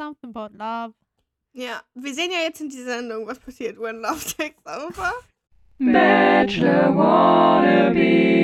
something about love. Ja, wir sehen ja jetzt in dieser Sendung, was passiert, when love takes over. Bachelor Wannabe.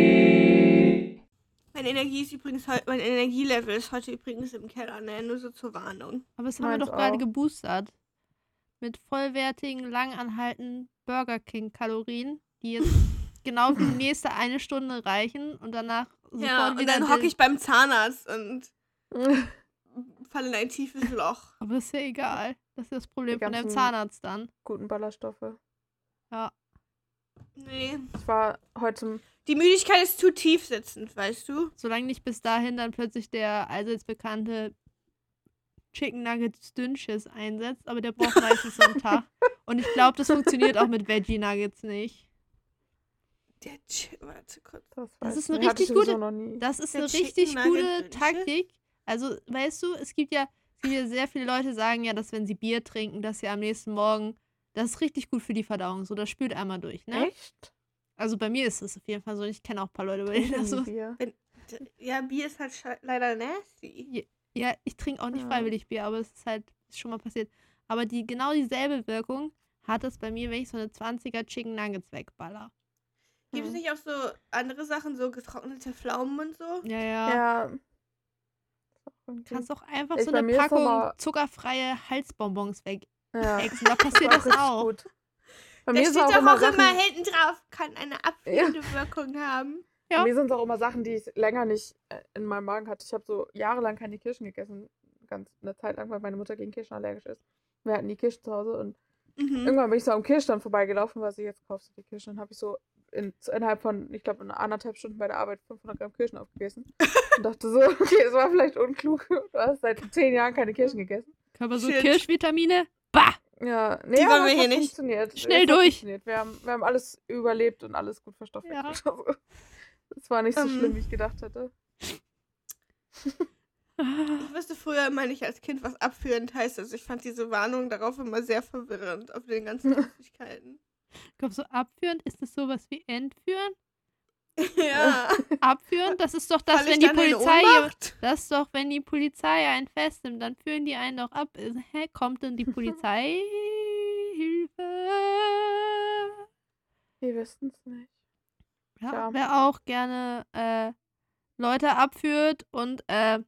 Mein Energielevel ist heute übrigens im Keller, ne? Nur so zur Warnung. Aber das haben wir Meins doch gerade auch. geboostert. Mit vollwertigen, langanhaltenden Burger King-Kalorien, die jetzt genau für die nächste 1 Stunde reichen und danach sofort Ja, und wieder dann hocke ich beim Zahnarzt und falle in ein tiefes Loch. Aber ist ja egal. Das ist das Problem Die von deinem ganzen- Zahnarzt dann. Guten Ballaststoffe. Ja. Nee. Ich war heute Die Müdigkeit ist zu tief sitzend, weißt du? Solange nicht bis dahin dann plötzlich der allseits bekannte Chicken Nuggets Dünnschiss einsetzt, aber der braucht meistens so einen Tag. Und ich glaube, das funktioniert auch mit Veggie Nuggets nicht. Warte kurz. das ist weiß eine ich, hatte ich richtig gute- sowieso noch nie. Das ist Der eine Chicken richtig Nugget gute Dünnschiss? Taktik. Also, weißt du, es gibt ja sehr viele Leute sagen ja, dass wenn sie Bier trinken, dass sie am nächsten Morgen, das ist richtig gut für die Verdauung. So, das spült einmal durch, ne? Echt? Also bei mir ist das auf jeden Fall so. Ich kenne auch ein paar Leute, bei denen das so ist. Bier. Ja, Bier ist halt leider nasty. Ja, ich trinke auch nicht Ja. freiwillig Bier, aber es ist schon mal passiert. Aber genau dieselbe Wirkung hat es bei mir, wenn ich so eine 20er Chicken Nuggets wegballer. Gibt es nicht auch so andere Sachen, so getrocknete Pflaumen und so? Ja, ja. Ja. Kannst auch einfach Ich- so bei eine mir ist Packung immer- zuckerfreie Halsbonbons weg. Ja. Da passiert das richtig auch. Gut. Bei Da mir steht sind doch auch immer auch Sachen, immer hinten drauf, kann eine abführende Wirkung haben. Ja. bei mir sind es auch immer Sachen, die ich länger nicht in meinem Magen hatte. Ich habe so jahrelang keine Kirschen gegessen. Ganz eine Zeit lang, weil meine Mutter gegen Kirschen allergisch ist. Wir hatten die Kirschen zu Hause und Mhm. irgendwann bin ich so am Kirschstand vorbeigelaufen, weil sie jetzt kaufst du die Kirschen. Dann habe ich so innerhalb von, ich glaube, in 1,5 Stunden bei der Arbeit 500 Gramm Kirschen aufgegessen. Und dachte so, okay, das war vielleicht unklug. Du hast seit 10 Jahren keine Kirschen gegessen. Körper so Shit. Kirschvitamine. Bah! Ja, nee, Die wollen aber wir es hier hat nicht. funktioniert. Schnell Es hat durch. funktioniert. Wir haben alles überlebt und alles gut verstoffwechselt. Ja. Also, es war nicht so Ähm. schlimm, wie ich gedacht hätte. Ich wusste früher immer nicht als Kind, was abführend heißt. Also ich fand diese Warnung darauf immer sehr verwirrend, auf den ganzen Flüssigkeiten. Kommst du abführend? Ist das sowas wie entführen? Ja. Abführen? Das ist doch das, Fall ich wenn die dann in Polizei. Ohnmacht? Das ist doch, wenn die Polizei einen festnimmt, dann führen die einen doch ab. Hä, kommt denn die Polizei? Hilfe! Wir wissen es nicht. Ja, Ja. wer auch gerne Leute abführt und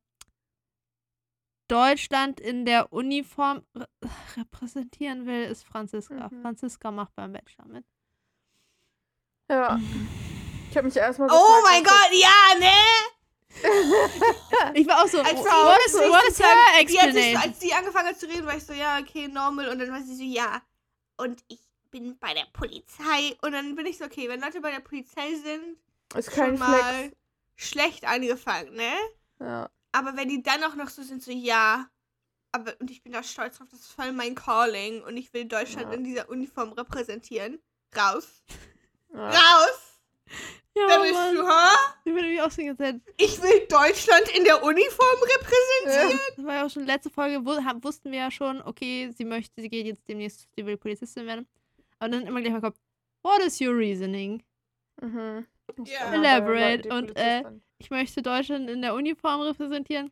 Deutschland in der Uniform repräsentieren will, ist Franziska. Mhm. Franziska macht beim Bachelor mit. Ja. Ich habe mich erstmal Oh mein Gott, ja, ne? Ich war auch so, Als what is her explanation? als die angefangen hat zu reden, war ich so, ja, okay, normal. Und dann war sie so, ja. Und ich bin bei der Polizei. Und dann bin ich so, okay, wenn Leute bei der Polizei sind, Ist kein schon mal Flex. schlecht angefangen, ne? Ja. Aber wenn die dann auch noch so sind, so, ja. Und ich bin da stolz drauf, das ist voll mein Calling. Und ich will Deutschland Ja. in dieser Uniform repräsentieren. Raus. Ja. Raus! Ja, Wer bist Mann. du, ha? Ich bin nämlich auch so gesagt. Ich will Deutschland in der Uniform repräsentieren. Das war ja auch schon letzte Folge, wussten wir ja schon, okay, sie geht jetzt demnächst, sie will Polizistin werden. Aber dann immer gleich mal kommt, what is your reasoning? Mhm. Ja. Elaborate. Und, Ich möchte Deutschland in der Uniform repräsentieren.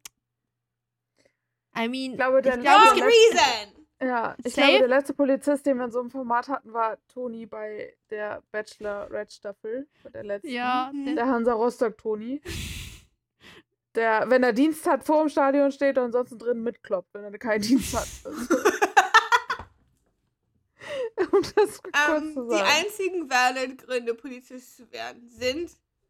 I mean, Ich glaube, der ich glaube, es Long gibt- reason. Ja, ich Safe? glaube, der letzte Polizist, den wir in so einem Format hatten, war Toni bei der Bachelor-Red-Staffel. Bei der letzten. ja, Mhm. Der Hansa Rostock-Toni. Der, wenn er Dienst hat, vor dem Stadion steht und ansonsten drin mitkloppt, wenn er keinen Dienst hat. Um das kurz zu Die sagen. einzigen valid Gründe, Polizist zu werden, sind,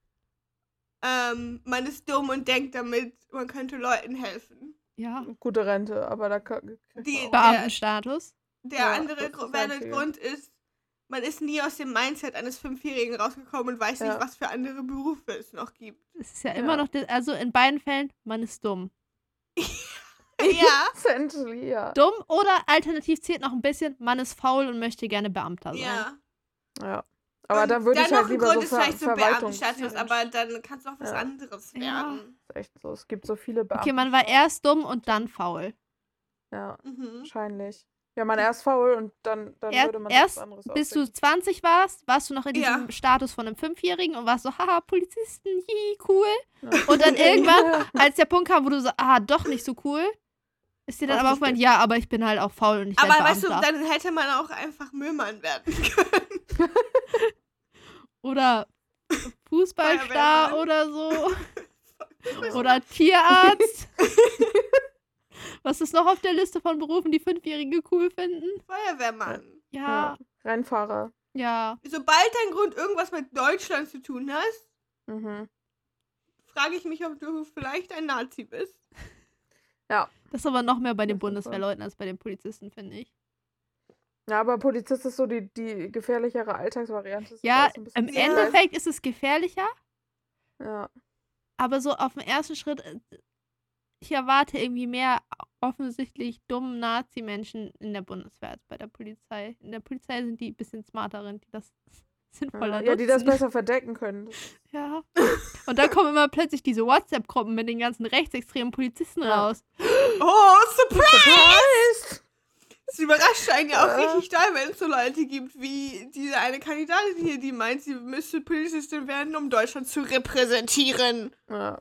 man ist dumm und denkt damit, man könnte Leuten helfen. ja, Gute Rente, aber da kann. Die- Beamtenstatus. Der Ja, andere das ist das valid Einzige. Grund ist, man ist nie aus dem Mindset eines 5-Jährigen rausgekommen und weiß Ja. nicht, was für andere Berufe es noch gibt. Es ist ja Ja. immer noch, also in beiden Fällen, man ist dumm. Ja, Essentially, ja. Dumm oder alternativ zählt noch ein bisschen, man ist faul und möchte gerne Beamter sein. ja. Ja. Aber Und dann würde ich noch halt ein lieber Grund so ist vielleicht so Verwaltungs... Beamtenstatus, aber dann kannst du auch was Ja. anderes Ja. werden. ist echt so. Es gibt so viele Beamte. Okay, man war erst dumm und dann faul. Ja, Mhm. wahrscheinlich. Ja, man erst faul und dann würde man Erst was anderes bis du ausdenken. 20 warst du noch in diesem Ja. Status von einem 5-Jährigen und warst so, haha, Polizisten, hihi, cool. Ja. Und dann irgendwann, als der Punkt kam, wo du so, doch nicht so cool, Ist dir dann Was aber ist aufgefallen, das? ja, aber ich bin halt auch faul und ich Aber werde weißt du, Beamter. dann hätte man auch einfach Müllmann werden können. Oder Fußballstar Feuerwehrmann. oder so. Oder Tierarzt. Was ist noch auf der Liste von Berufen, die 5-Jährige cool finden? Feuerwehrmann. Ja, Rennfahrer. ja. Sobald dein Grund irgendwas mit Deutschland zu tun hast, Mhm. frage ich mich, ob du vielleicht ein Nazi bist. Ja. Das ist aber noch mehr bei den Das ist voll. Bundeswehrleuten als bei den Polizisten, finde ich. Ja, aber Polizist ist so die gefährlichere Alltagsvariante. Ist Ja, alles ein bisschen im Ja. Endeffekt ist es gefährlicher, Ja. aber so auf den ersten Schritt, ich erwarte irgendwie mehr offensichtlich dummen Nazi-Menschen in der Bundeswehr als bei der Polizei. In der Polizei sind die ein bisschen smarteren, die das sinnvoller nutzen. Ja, die das besser verdecken können. Ja. Und dann kommen immer plötzlich diese WhatsApp-Gruppen mit den ganzen rechtsextremen Polizisten Ja. raus. Oh, surprise! Surprise! Das überrascht einen ja auch Ja. richtig doll, wenn es so Leute gibt wie diese eine Kandidatin hier, die meint, sie müsste Polizistin werden, um Deutschland zu repräsentieren. Ja.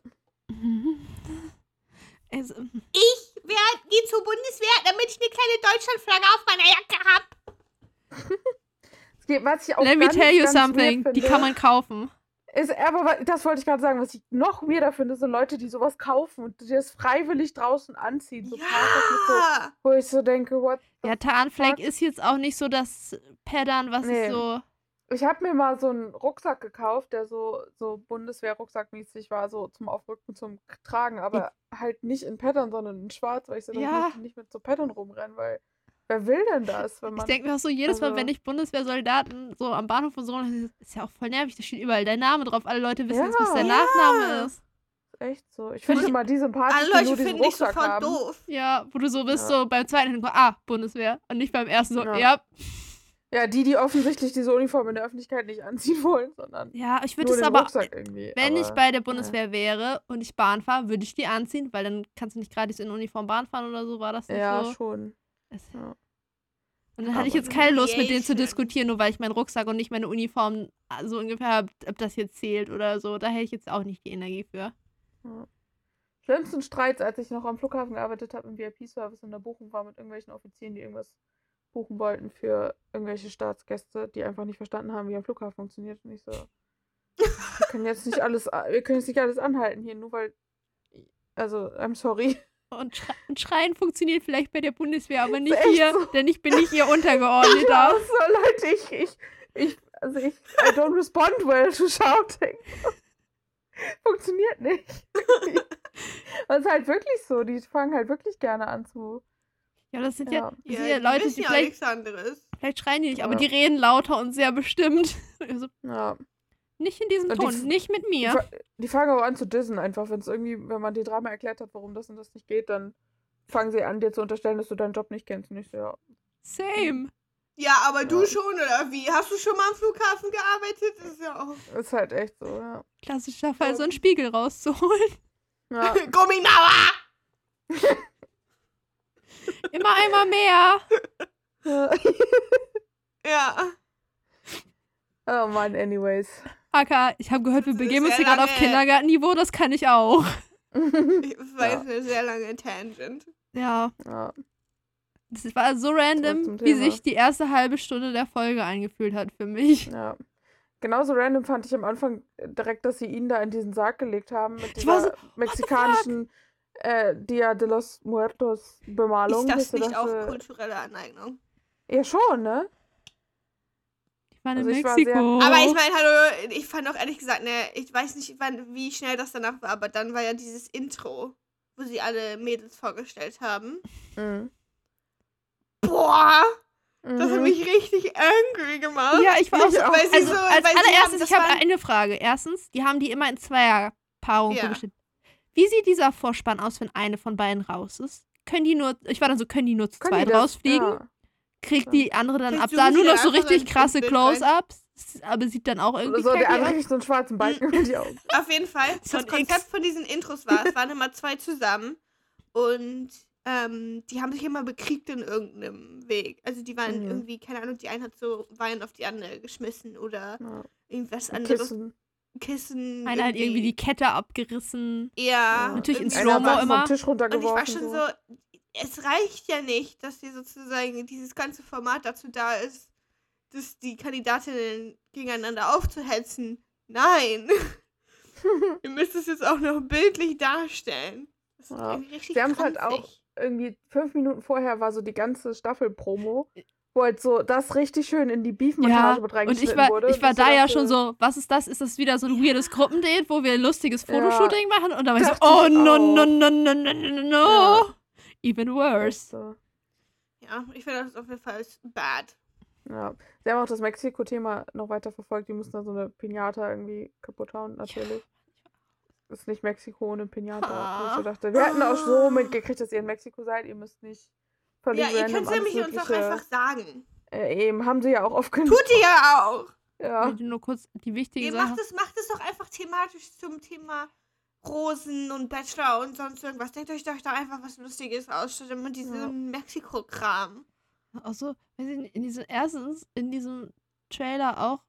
Also, Ich gehe zur Bundeswehr, damit ich eine kleine Deutschlandflagge auf meiner Jacke habe. Was ich auch let me ganz, tell you ganz weird something. Die finde, kann man kaufen. Ist, aber das wollte ich gerade sagen, was ich noch weirder finde, sind Leute, die sowas kaufen und die das freiwillig draußen anziehen. So Partys mit so, Ja! wo ich so denke, what the Ja, Tarnfleck fuck? ist jetzt auch nicht so das Paddern, was Nee. ist so. Ich habe mir mal so einen Rucksack gekauft, der so Bundeswehr-Rucksack-mäßig war, so zum Aufrücken, zum Tragen, aber halt nicht in Pattern, sondern in schwarz, weil ich so dachte, Ja. ich möchte nicht mit so Pattern rumrennen, weil wer will denn das, wenn Ich man... denke mir auch so, jedes Mal, also- wenn ich Bundeswehrsoldaten so am Bahnhof und so, das ist ja auch voll nervig, da steht überall dein Name drauf. Alle Leute wissen jetzt, was der Ja. Nachname ist. Echt so. Ich finde Und- immer die sympathisch, Alle die nur Leute diesen finden dich Rucksack sofort haben. doof. Ja, wo du so bist, Ja. so beim zweiten hinten, Bundeswehr. Und nicht beim ersten so, Ja. ja. Ja, die offensichtlich diese Uniform in der Öffentlichkeit nicht anziehen wollen, sondern Ja, ich würde nur es den aber, Rucksack irgendwie. wenn ich aber, bei der Bundeswehr wäre und ich Bahn fahre, würde ich die anziehen, weil dann kannst du nicht gratis in Uniform Bahn fahren oder so, war das nicht Ja, so? schon. Es- Ja. Und dann hatte ich Aber- jetzt keine Lust, mit denen zu Mediation. diskutieren, nur weil ich meinen Rucksack und nicht meine Uniform so ungefähr habe, ob das jetzt zählt oder so. Da hätte ich jetzt auch nicht die Energie für. Schlimmsten Streits, als ich noch am Flughafen gearbeitet habe, im VIP-Service in der Buchung war mit irgendwelchen Offizieren, die irgendwas buchen wollten für irgendwelche Staatsgäste, die einfach nicht verstanden haben, wie ein Flughafen funktioniert. Und ich so, wir können jetzt nicht alles anhalten hier, nur weil, also, I'm sorry. Und Schreien funktioniert vielleicht bei der Bundeswehr, aber nicht echt hier, so. denn ich bin nicht ihr Untergeordneter. Ja, so, Leute, I don't respond well to shouting. Funktioniert nicht. Das ist halt wirklich so, die fangen halt wirklich gerne an zu. Ja, das sind Ja. ja, Ja, Leute, die die wissen ja vielleicht, nichts anderes. vielleicht schreien die nicht, aber Ja. die reden lauter und sehr bestimmt. Also, Ja. nicht in diesem Und die Ton, f- nicht mit mir. Die fangen auch an zu dissen, einfach, wenn man dir dreimal erklärt hat, warum das und das nicht geht, dann fangen sie an, dir zu unterstellen, dass du deinen Job nicht kennst. Und ich so, ja. Same. Ja, aber du Ja. schon, oder wie? Hast du schon mal am Flughafen gearbeitet? Das ist ja auch... Ist halt echt so, ja. Klassischer Fall, so einen Spiegel rauszuholen. Ja. Gumminauer! Immer einmal mehr. Ja. Ja. Oh Mann, anyways. Aka, ich habe gehört, wir Das ist begeben uns sehr hier gerade auf lange- Kindergartenniveau, das kann ich auch. Das war Ja. jetzt eine sehr lange Tangent. Ja, Ja. das war so Zurück random, zum wie Thema. sich die erste halbe Stunde der Folge eingefühlt hat für mich. Ja. Genauso random fand ich am Anfang direkt, dass sie ihn da in diesen Sarg gelegt haben mit Ich war dieser mexikanischen Dia de los Muertos Bemalung. Ist das dass ich nicht auch dachte, kulturelle Aneignung? Ja, schon, ne? Ich war in Also ich war Mexiko. Aber ich meine, hallo, ich fand auch ehrlich gesagt, ne, ich weiß nicht, wie schnell das danach war, aber dann war ja dieses Intro, wo sie alle Mädels vorgestellt haben. Mhm. Boah, das hat Mhm. mich richtig angry gemacht. Ja, ich war auch so. Ich auch. Weil sie Also, so, als weil sie allererstes, haben, das ich habe waren- eine Frage. Erstens, die haben die immer in Zweierpaarungen Ja. vorgestellt. Wie sieht dieser Vorspann aus, wenn eine von beiden raus ist? Können die nur zu Können die zweit das? rausfliegen? Ja. Kriegt die andere dann Vielleicht ab da suchen nur sie noch so einfach richtig ein krasse Bild rein. Close-Ups? Aber sieht dann auch Oder irgendwie so, der kacke andere aus? kriegt so einen schwarzen Balken über die Augen. Auf jeden Fall, So das ein Konzept X. von diesen Intros war, es waren immer zwei zusammen und die haben sich immer bekriegt in irgendeinem Weg. Also die waren Mhm. irgendwie, keine Ahnung, die eine hat so Wein auf die andere geschmissen oder Ja. irgendwas Ein anderes. Kissen. Kissen. Einer hat irgendwie die Kette abgerissen. Ja. Natürlich in irgendwie Slow-Mo Einer hat sowas. immer. vom Tisch Und ich war runtergeworfen. schon so. so, es reicht ja nicht, dass hier sozusagen dieses ganze Format dazu da ist, dass die Kandidatinnen gegeneinander aufzuhetzen. Nein. Ihr müsst es jetzt auch noch bildlich darstellen. Das ist Ja. irgendwie richtig Sie haben es halt auch ranzig. irgendwie 5 Minuten vorher war so die ganze Staffel-Promo, wo halt so das richtig schön in die Beef-Montage mit Und reingeschnitten wurde. ich war Und da ja dachte, schon so, was ist das? Ist das wieder so ein weirdes Gruppendate, wo wir ein lustiges Ja. Fotoshooting machen? Und dann war ich so, Dachte oh ich no, auch. no, no, no, no, no, no. Ja. Even worse. So. Ja, ich finde das auf jeden Fall bad. Ja. Sie haben auch das Mexiko-Thema noch weiter verfolgt. Die mussten da so eine Pinata irgendwie kaputt hauen, natürlich. Ist nicht Mexiko ohne Pinata. Wo ich so dachte, wir hätten auch so mitgekriegt, dass ihr in Mexiko seid. Ihr müsst nicht völlig Ja, ihr random könnt es alles nämlich uns auch Mögliche- einfach sagen. Eben, haben sie ja auch oft genug. Tut ihr ja auch. Ja. Ich will nur kurz die wichtigen Ihr Sachen. macht es doch einfach thematisch zum Thema Rosen und Bachelor und sonst irgendwas. Denkt euch doch da einfach was Lustiges aus, statt immer diesen Mexiko-Kram. Achso, in diesem Trailer auch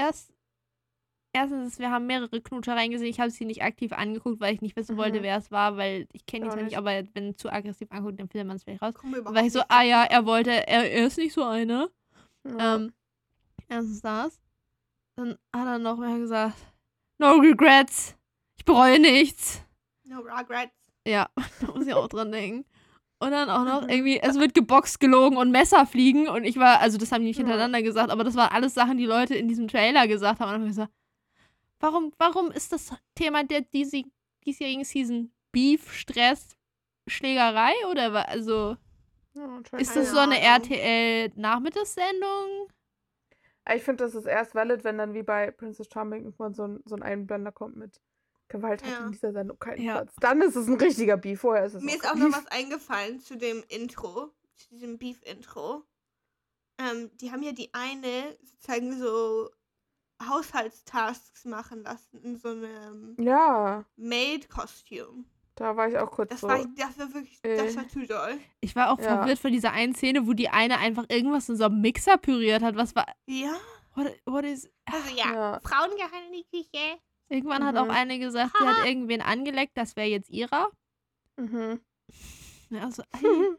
erstens, wir haben mehrere Knuschereien gesehen. Ich habe sie nicht aktiv angeguckt, weil ich nicht wissen wollte, wer es war, weil ich kenne die Ja, zwar nicht, nicht. aber wenn zu aggressiv anguckt, dann findet man es vielleicht raus. Kommen wir Dann überhaupt war ich so, nicht ah drauf. ja, er ist nicht so einer. Ja. Erstens das. Dann hat er noch mehr gesagt, no regrets. Ich bereue nichts. No regrets. Ja, da muss ich auch dran denken. Und dann auch noch irgendwie, es wird geboxt, gelogen und Messer fliegen. Und ich war, also das haben die nicht Ja. hintereinander gesagt, aber das waren alles Sachen, die Leute in diesem Trailer gesagt haben. Und dann habe ich gesagt, warum ist das Thema der diesjährigen Season Beef, Stress, Schlägerei? Oder also Ja, anscheinend. ist das Keine so eine Ahnung. RTL-Nachmittagssendung? Ich finde, das ist erst valid, wenn dann wie bei Princess Charming irgendwann so ein Einblender kommt mit Gewalt hat Ja. in dieser Sendung keinen Ja. Platz. Dann ist es ein richtiger Beef. Vorher ist es Mir ist kein auch noch Beef. was eingefallen zu dem Intro, zu diesem Beef-Intro. Die haben ja die eine sozusagen so Haushaltstasks machen lassen in so einem Ja, Maid-Kostüm. da war ich auch kurz Das so. war wirklich, das war zu doll. Ich war auch Ja. verwirrt von dieser einen Szene, wo die eine einfach irgendwas in so einem Mixer püriert hat. Was war. Ja, What is. also ja, Ja. Frauen gehören in die Küche. Irgendwann hat auch Mhm. eine gesagt, sie hat irgendwen angeleckt, das wäre jetzt ihrer. Mhm. Ja, also, ey,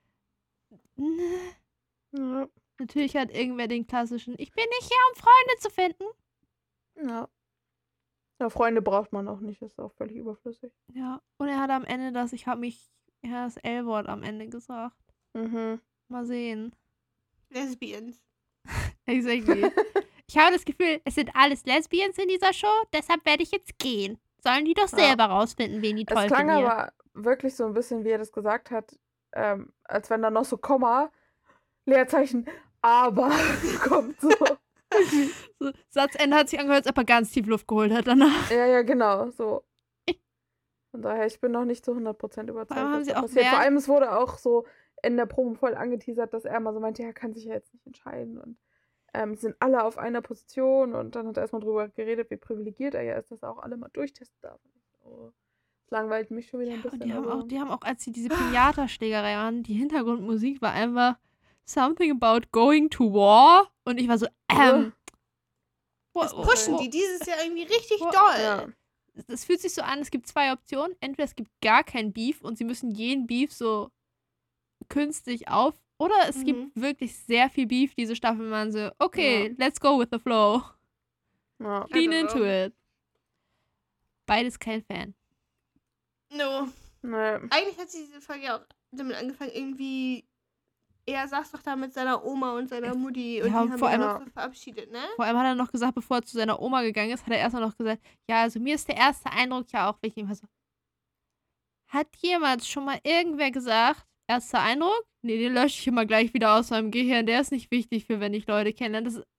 Ja. natürlich hat irgendwer den klassischen, ich bin nicht hier, um Freunde zu finden. Ja. Ja, Freunde braucht man auch nicht, ist auch völlig überflüssig. Ja, und er hat am Ende das L-Wort am Ende gesagt. Mhm. Mal sehen. Lesbians. Exactly. Ich habe das Gefühl, es sind alles Lesbians in dieser Show, deshalb werde ich jetzt gehen. Sollen die doch Ja. selber rausfinden, wen die toll Es klang finden. aber wirklich so ein bisschen, wie er das gesagt hat, als wenn da noch so Komma, Leerzeichen, aber kommt so. So, Satzende hat sich angehört, als ob er ganz tief Luft geholt hat danach. Ja, genau, so. Von daher, ich bin noch nicht zu 100% überzeugt, Vor allem haben was sie da auch passiert. Vor während- allem, es wurde auch so in der Promo voll angeteasert, dass er mal so meinte, ja, kann sich ja jetzt nicht entscheiden und sie sind alle auf einer Position und dann hat er erstmal drüber geredet, wie privilegiert er ja ist, dass er auch alle mal durchtesten darf. Oh, das langweilt mich schon wieder ein bisschen. Und aber- die haben auch, als sie diese Pinata-Schlägerei waren, die Hintergrundmusik war einfach something about going to war. Und ich war so, Das pushen die dieses Jahr irgendwie richtig Wo- doll. Ja. Es fühlt sich so an, es gibt zwei Optionen. Entweder es gibt gar kein Beef und sie müssen jeden Beef so künstlich auf. Oder es gibt wirklich sehr viel Beef diese Staffel. Man so, okay, let's go with the flow. Ja. Lean Also into so. it. Beides kein Fan. No. Nee. Eigentlich hat diese Folge auch damit angefangen, irgendwie. Er saß doch da mit seiner Oma und seiner Mutti und Ja, die haben vor sich allem- noch so verabschiedet, ne? Vor allem hat er noch gesagt, bevor er zu seiner Oma gegangen ist, hat er erstmal noch gesagt, ja, also mir ist der erste Eindruck ja auch wichtig. Ich war so, hat jemals schon mal irgendwer gesagt, erster Eindruck? Nee, den lösche ich immer gleich wieder aus meinem Gehirn. Der ist nicht wichtig für, wenn ich Leute kennenlerne. Das ist,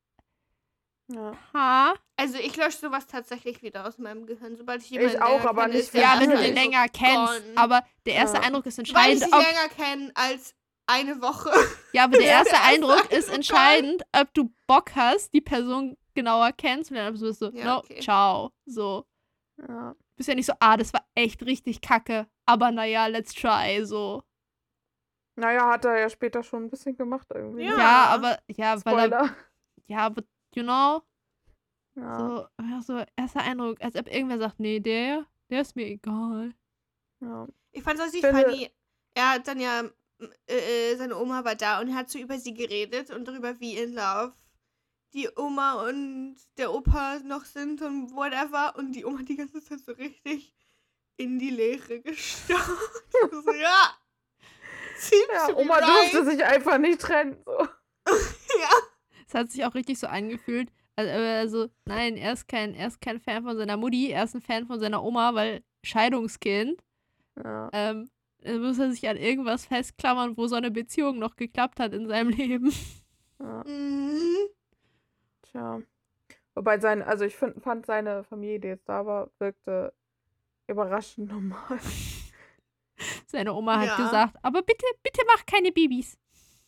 Ja. Also ich lösche sowas tatsächlich wieder aus meinem Gehirn, sobald ich Ich jemanden auch, länger aber kenne, nicht ist für der Ja, wenn du erste den Eindruck länger kennst. gone. Aber der erste Ja. Eindruck ist Weil ich entscheidend. sie Ob, länger kenne als eine Woche. ja, aber der der erste erste Eindruck ist Eindruck entscheidend, ob du Bock hast, die Person genauer kennenzulernen. Ob du bist so, Ja, no, okay. ciao. So. Ja. Du bist ja nicht so, das war echt richtig kacke. Aber naja, let's try. So. Naja, hat er ja später schon ein bisschen gemacht irgendwie. Ja. ne? Ja, aber, ja, weil er, Spoiler. ja, but, you know, Ja. so erster Eindruck, als ob irgendwer sagt, nee, der ist mir egal. Ja. Ich fand es richtig Finde- funny. er hat dann ja, seine Oma war da und er hat so über sie geredet und darüber, wie in Love die Oma und der Opa noch sind und whatever. Und die Oma die ganze Zeit so richtig in die Leere gestarrt. So, ja. Ja, Oma durfte sich einfach nicht trennen. So. Ja. Es hat sich auch richtig so angefühlt. Also, nein, er ist kein Fan von seiner Mutti, er ist ein Fan von seiner Oma, weil Scheidungskind. Ja. Muss er sich an irgendwas festklammern, wo so eine Beziehung noch geklappt hat in seinem Leben. Ja. Mhm. Tja. Wobei ich fand seine Familie, die jetzt da war, wirkte überraschend normal. Seine Oma hat Ja. gesagt, aber bitte mach keine Babys.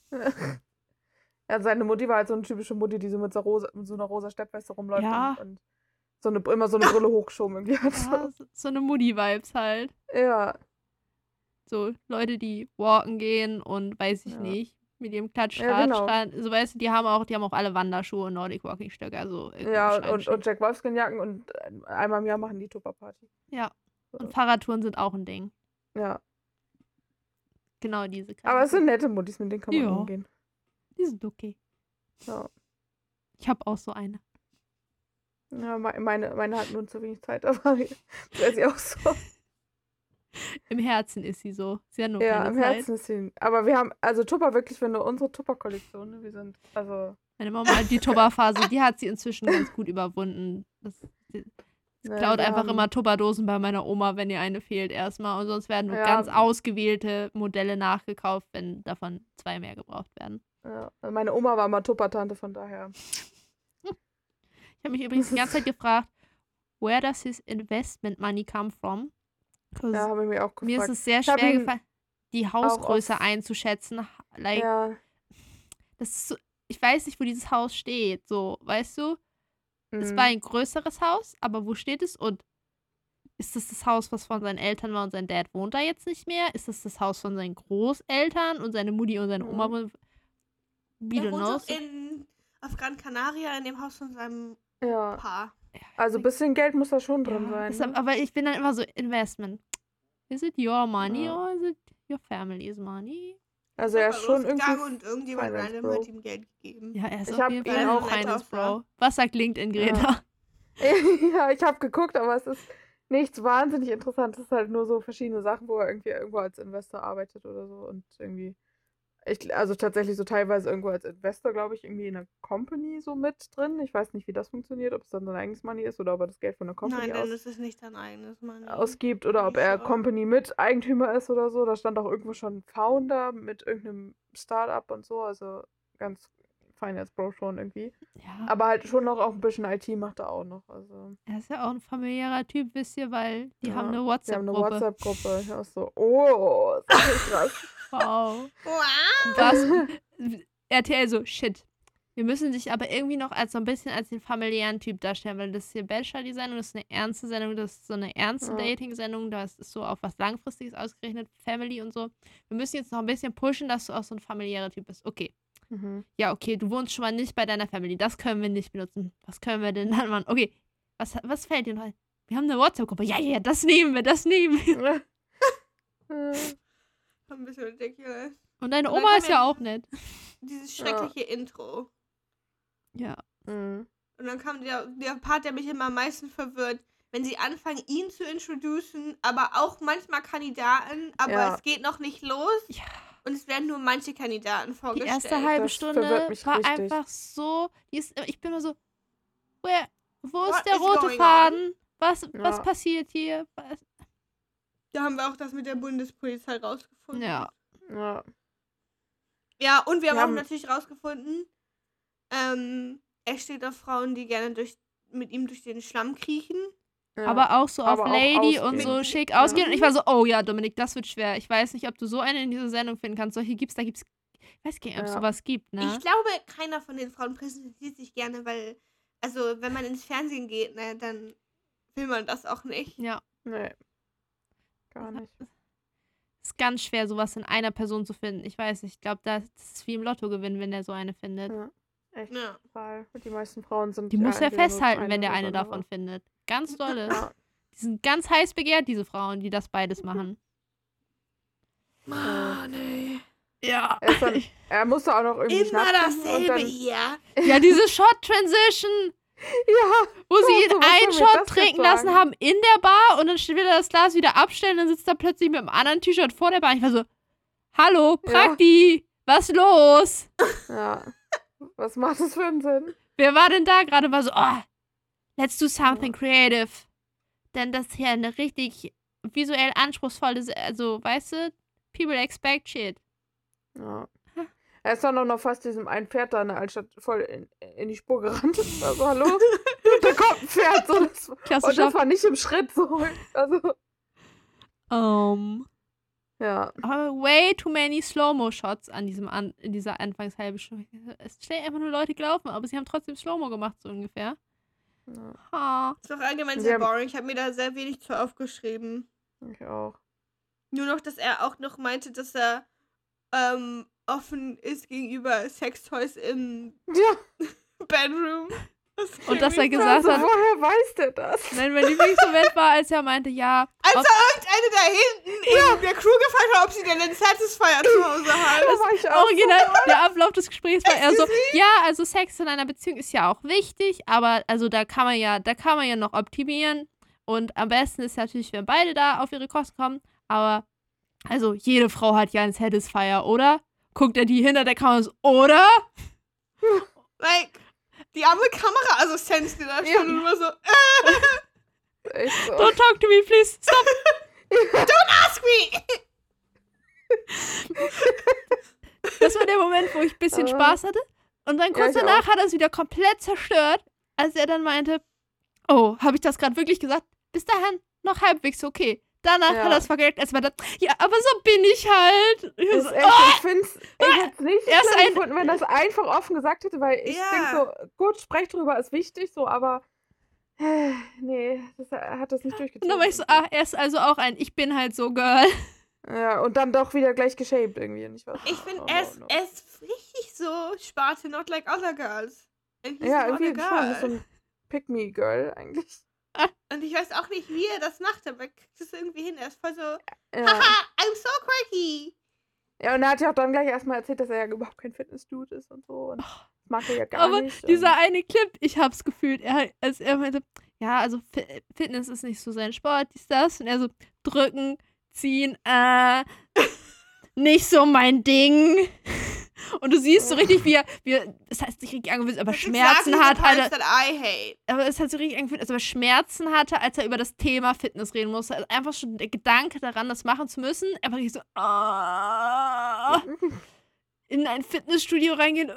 Ja, seine Mutti war halt so eine typische Mutti, die so mit so einer rosa Steppweste rumläuft Ja. und immer so eine Brille hochgeschoben irgendwie hat. Ja, so eine Mutti-Vibes halt. Ja. So Leute, die walken gehen und weiß ich Ja. nicht, mit ihrem Klatschrad. Ja, genau. So weißt du, die haben auch alle Wanderschuhe und Nordic Walking Stöcke. Also Ja, irgendwie und Jack Wolfskin-Jacken und einmal im Jahr machen die Tupper-Party. Ja. So. Und Fahrradtouren sind auch ein Ding. Ja. Genau diese Aber es sind nette Muttis, mit denen kann man Ja. umgehen. Die sind okay. Ja. Ich habe auch so eine. Ja, meine hat nun zu wenig Zeit, aber wäre sie auch so. Im Herzen ist sie so. Sie hat nur Ja, keine im Zeit. Herzen ist sie. Aber wir haben, also Tupper wirklich, wenn du unsere Tupper-Kollektion, ne, wir sind, also. Meine Mama hat die Tupper-Phase, die hat sie inzwischen ganz gut überwunden. Sie klaut wir einfach haben- immer Tupperdosen bei meiner Oma, wenn ihr eine fehlt erstmal. Und sonst werden nur Ja. ganz ausgewählte Modelle nachgekauft, wenn davon 2 mehr gebraucht werden. Ja, meine Oma war mal Tupper-Tante, von daher. Ich habe mich übrigens die ganze Zeit gefragt, where does his investment money come from? 'Cause Ja, habe ich mir auch gefragt. mir ist es sehr Ich hab schwer ihn gefallen, die Hausgröße auf- einzuschätzen. Like, Ja. das ist so, ich weiß nicht, wo dieses Haus steht. So, weißt du? Es mhm. war ein größeres Haus, aber wo steht es? Und ist das Haus, was von seinen Eltern war und sein Dad wohnt da jetzt nicht mehr? Ist das Haus von seinen Großeltern und seine Mutti und seine Oma wohnen? Wie Er du wohnt knows? auch auf Gran Canaria in dem Haus von seinem Ja. Paar. Also ein bisschen Geld muss da schon drin Ja, sein. deshalb, Ne? aber ich bin dann immer so, Investment. Is it your money Ja. or is it your family's money? Also er ist schon losgegangen irgendwie. und irgendjemand Finance random Bro. hat ihm Geld gegeben. Ja, er ist Ich auf hab jeden ihn Fall auch ein Finance auf, Bro. Was sagt LinkedIn, Greta? Ja, ich habe geguckt, aber es ist nichts wahnsinnig Interessantes. Es ist halt nur so verschiedene Sachen, wo er irgendwie irgendwo als Investor arbeitet oder so und irgendwie. Also tatsächlich so teilweise irgendwo als Investor, glaube ich, irgendwie in einer Company so mit drin. Ich weiß nicht, wie das funktioniert, ob es dann sein eigenes Money ist oder ob er das Geld von der Company Nein, denn es ist nicht dein eigenes Money. ausgibt oder ob Nicht er so. Company-Miteigentümer ist oder so. Da stand auch irgendwo schon Founder mit irgendeinem Startup und so. Also ganz Finance Bro schon irgendwie. Ja, Aber halt schon noch auch ein bisschen IT macht er auch noch. Also er ist ja auch ein familiärer Typ, wisst ihr, weil die Ja, haben eine wir haben eine WhatsApp-Gruppe. WhatsApp-Gruppe. Ich auch so, oh, das ist echt krass. Wow. Wow. Was? RTL so, shit. Wir müssen dich aber irgendwie noch als so ein bisschen als den familiären Typ darstellen, weil das ist hier Bachelor die Sendung, das ist eine ernste Sendung, das ist so eine ernste Ja. Dating-Sendung, das ist so auf was Langfristiges ausgerechnet, Family und so. Wir müssen jetzt noch ein bisschen pushen, dass du auch so ein familiärer Typ bist. Okay. Mhm. Ja, okay, du wohnst schon mal nicht bei deiner Family. Das können wir nicht benutzen. Was können wir denn dann machen? Okay, was fällt dir noch ein? Wir haben eine WhatsApp-Gruppe. Ja, das nehmen wir, das nehmen wir. Ein bisschen ridiculous. Und deine Und dann Oma kam ist ja ja auch nett. Dieses schreckliche Intro. Ja. Mhm. Und dann kam der Part, der mich immer am meisten verwirrt, wenn sie anfangen, ihn zu introducen, aber auch manchmal Kandidaten, aber Ja. es geht noch nicht los Ja. und es werden nur manche Kandidaten Die vorgestellt. erste halbe Das Stunde verwirrt mich war richtig. einfach so. Ich bin nur so. Wo ist What der is rote going on? Faden? Was Ja. passiert hier? Was? Da haben wir auch das mit der Bundespolizei rausgefunden. Ja. Ja. Ja, und wir haben Wir auch haben- natürlich rausgefunden, er steht auf Frauen, die gerne mit ihm durch den Schlamm kriechen. Ja. Aber auch so auf Aber auch Lady und ausgehen. so schick Ja. ausgehen. Und ich war so, oh ja, Dominik, das wird schwer. Ich weiß nicht, ob du so eine in dieser Sendung finden kannst. Solche gibt's, da gibt's. Ich weiß gar nicht, ob es Ja. sowas gibt, ne? Ich glaube, keiner von den Frauen präsentiert sich gerne, weil, also, wenn man ins Fernsehen geht, ne, dann will man das auch nicht. Ja. Nee. Gar nicht. Ist ganz schwer, sowas in einer Person zu finden. Ich weiß nicht. Ich glaube, das ist wie im Lotto gewinnen, wenn der so eine findet. Ja. Echt Ja. total. Die meisten Frauen sind Die muss er entweder nur festhalten, wenn der oder eine das davon findet. Ganz dolle. andere. Die sind ganz heiß begehrt, diese Frauen, die das beides machen. Mann, ey. Ja. Er musste auch noch irgendwie Immer Schnaps trinken und dasselbe dann, hier. Ja, diese Shot-Transition, ja, wo sie ihn so, was einen soll mir Shot das trinken jetzt lassen sagen? haben in der Bar und dann will er das Glas wieder abstellen, dann sitzt er plötzlich mit einem anderen T-Shirt vor der Bar. Ich war so, hallo, Prakti, was los? Ja. Was macht das für einen Sinn? Wer war denn da gerade? War so, oh, let's do something creative. Denn das hier eine richtig visuell anspruchsvolle, also, weißt du, people expect shit. Ja. Er ist dann auch noch fast diesem einen Pferd da in der Altstadt voll in die Spur gerannt. Also, hallo? Da kommt ein Pferd. So, und Klassischer. das war nicht im Schritt. So. Also, ja. Aber way too many Slow-Mo-Shots in dieser Anfangshalbe Stunde. Es stehen einfach nur Leute gelaufen, aber sie haben trotzdem Slow-Mo gemacht, so ungefähr. Ja. Ha. Ist doch allgemein Sie sehr haben- boring. Ich habe mir da sehr wenig zu aufgeschrieben. Ich auch. Nur noch, dass er auch noch meinte, dass er offen ist gegenüber Sextoys im Ja. Bedroom. Und dass er irgendwie- gesagt Also, hat, woher weiß der das? nein, mein Lieblingsmoment war, als er meinte, ja, Als ob- irgendeine da hinten in der Crew gefragt hat, ob sie denn einen Satisfier zu Hause hat. Da war ich auch original, der Ablauf des Gesprächs war eher so, Excuse ja, also Sex in einer Beziehung ist ja auch wichtig, aber also da kann man ja noch optimieren und am besten ist natürlich, wenn beide da auf ihre Kosten kommen, aber also jede Frau hat ja einen Satisfier, oder? Guckt er die hinter der Kamera so, oder? Like, die arme Kameraassistentin, die da stand und immer so, echt so. Don't talk to me, please, stop. ask me! Das war der Moment, wo ich ein bisschen Spaß hatte. Und dann kurz ich danach hat er es wieder komplett zerstört, als er dann meinte, oh, habe ich das gerade wirklich gesagt? Bis dahin noch halbwegs okay. Danach Ja. hat er es vergeigt, als er meinte, ja, aber so bin ich halt. Ich Das so, ist echt, ich hätte es nicht Er ist schlimm ein- gefunden, wenn das einfach offen gesagt hätte, weil ich Ja. denke so, gut, sprech drüber, ist wichtig, so, aber nee, er hat das nicht und durchgezogen. dann war ich so, er ist also auch ein Ich bin halt so Girl. Ja, und dann doch wieder gleich geschämt irgendwie. Und ich war so, Ich finde, oh, er no. ist richtig so Sparte, not like other girls. And he's Ja, not irgendwie a schon girl. so ein Pick-me-Girl eigentlich. Und ich weiß auch nicht, wie er das macht, aber er kriegt das irgendwie hin. Er ist voll so, Ja. haha, I'm so quirky. Ja, und er hat ja auch dann gleich erstmal erzählt, dass er ja überhaupt kein Fitness-Dude ist und so. Und das mag er ja gar Aber nicht. dieser eine Clip, ich hab's gefühlt, als er meinte, ja, also Fitness ist nicht so sein Sport, dies, das. Und er so, drücken, ziehen, nicht so mein Ding. Und du siehst so richtig, wie er das heißt nicht richtig angefühlt, aber That's Schmerzen exactly hat, the parts Alter. that I hate. Aber es hat so richtig angefühlt, als ob er Schmerzen hatte, als er über das Thema Fitness reden musste. Also einfach schon der Gedanke daran, das machen zu müssen. Einfach richtig so, in ein Fitnessstudio reingehen.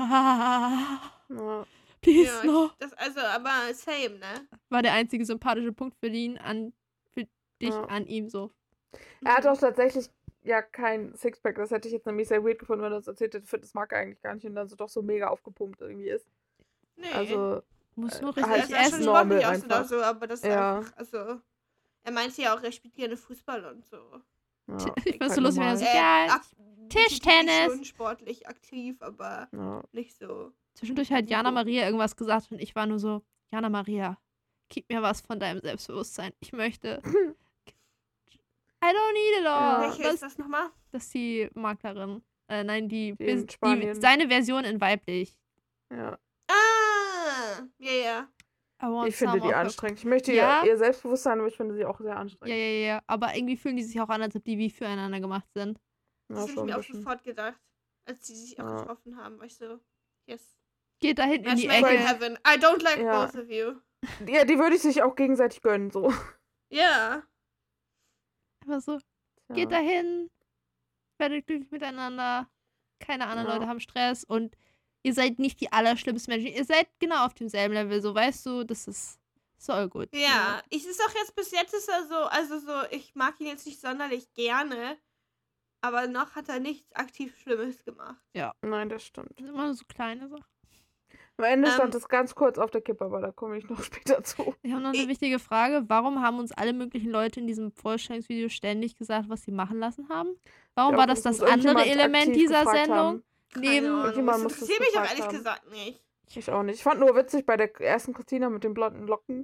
Ja. Peace, Ja, no. aber same, ne? War der einzige sympathische Punkt für dich an ihm so. Er hat auch tatsächlich ja kein Sixpack. Das hätte ich jetzt nämlich sehr weird gefunden, wenn er uns erzählt hätte, Fitness mag er eigentlich gar nicht und dann so doch so mega aufgepumpt irgendwie ist. Nee. Also, Muss nur halt richtig er ist essen. schon normal sportlich aus oder einfach. so, aber das ist Ja. einfach, also, er meinte ja auch, er spielt gerne Fußball und so. ja, Ich find's halt so lustig, wenn er so, normal. ja, Tischtennis. Schon sportlich aktiv, aber Ja. nicht so. Zwischendurch hat Jana Maria irgendwas gesagt und ich war nur so, Jana Maria, gib mir was von deinem Selbstbewusstsein. Ich möchte. I don't need it all. Ja. Welche ist das nochmal? Das ist die Maklerin. Nein, Die in Spanien. seine Version in weiblich. Ja. Ah, ja. I want Ich finde some die of her- anstrengend. Ich möchte Ja? ihr Selbstbewusstsein, aber ich finde sie auch sehr Ja, anstrengend. ja. Aber irgendwie fühlen die sich auch an, als ob die wie füreinander gemacht sind. Ja, Das habe ich schon mir ein auch bisschen. sofort gedacht, als sie sich auch Ja. getroffen haben. War ich so, yes. Geht da hinten in Match die made in Ecke. heaven. I don't like Ja. both of you. Ja, die würde ich sich auch gegenseitig gönnen, so. Ja. Aber so, Ja. geht dahin, werdet glücklich miteinander. Keine anderen Ja. Leute haben Stress und ihr seid nicht die allerschlimmsten Menschen. Ihr seid genau auf demselben Level, so weißt du, das ist so gut. Ja, ich ist auch jetzt bis jetzt ist er so, also so, ich mag ihn jetzt nicht sonderlich gerne, aber noch hat er nichts aktiv Schlimmes gemacht. Nein, das stimmt. Das sind immer so kleine Sachen. Am Ende stand Ähm, es ganz kurz auf der Kippe, aber da komme ich noch später zu. Ich habe noch eine Ich- wichtige Frage. Warum haben uns alle möglichen Leute in diesem Vorstellungsvideo ständig gesagt, was sie machen lassen haben? Warum Ja, war auch, das dass das andere irgendjemand Element aktiv dieser gefragt Sendung? haben. Keine Neben Ahnung, Irgendjemand das muss das interessiert mich auch gefragt ehrlich haben. gesagt nicht. Ich auch nicht. Ich fand nur witzig bei der ersten Christina mit den blonden Locken,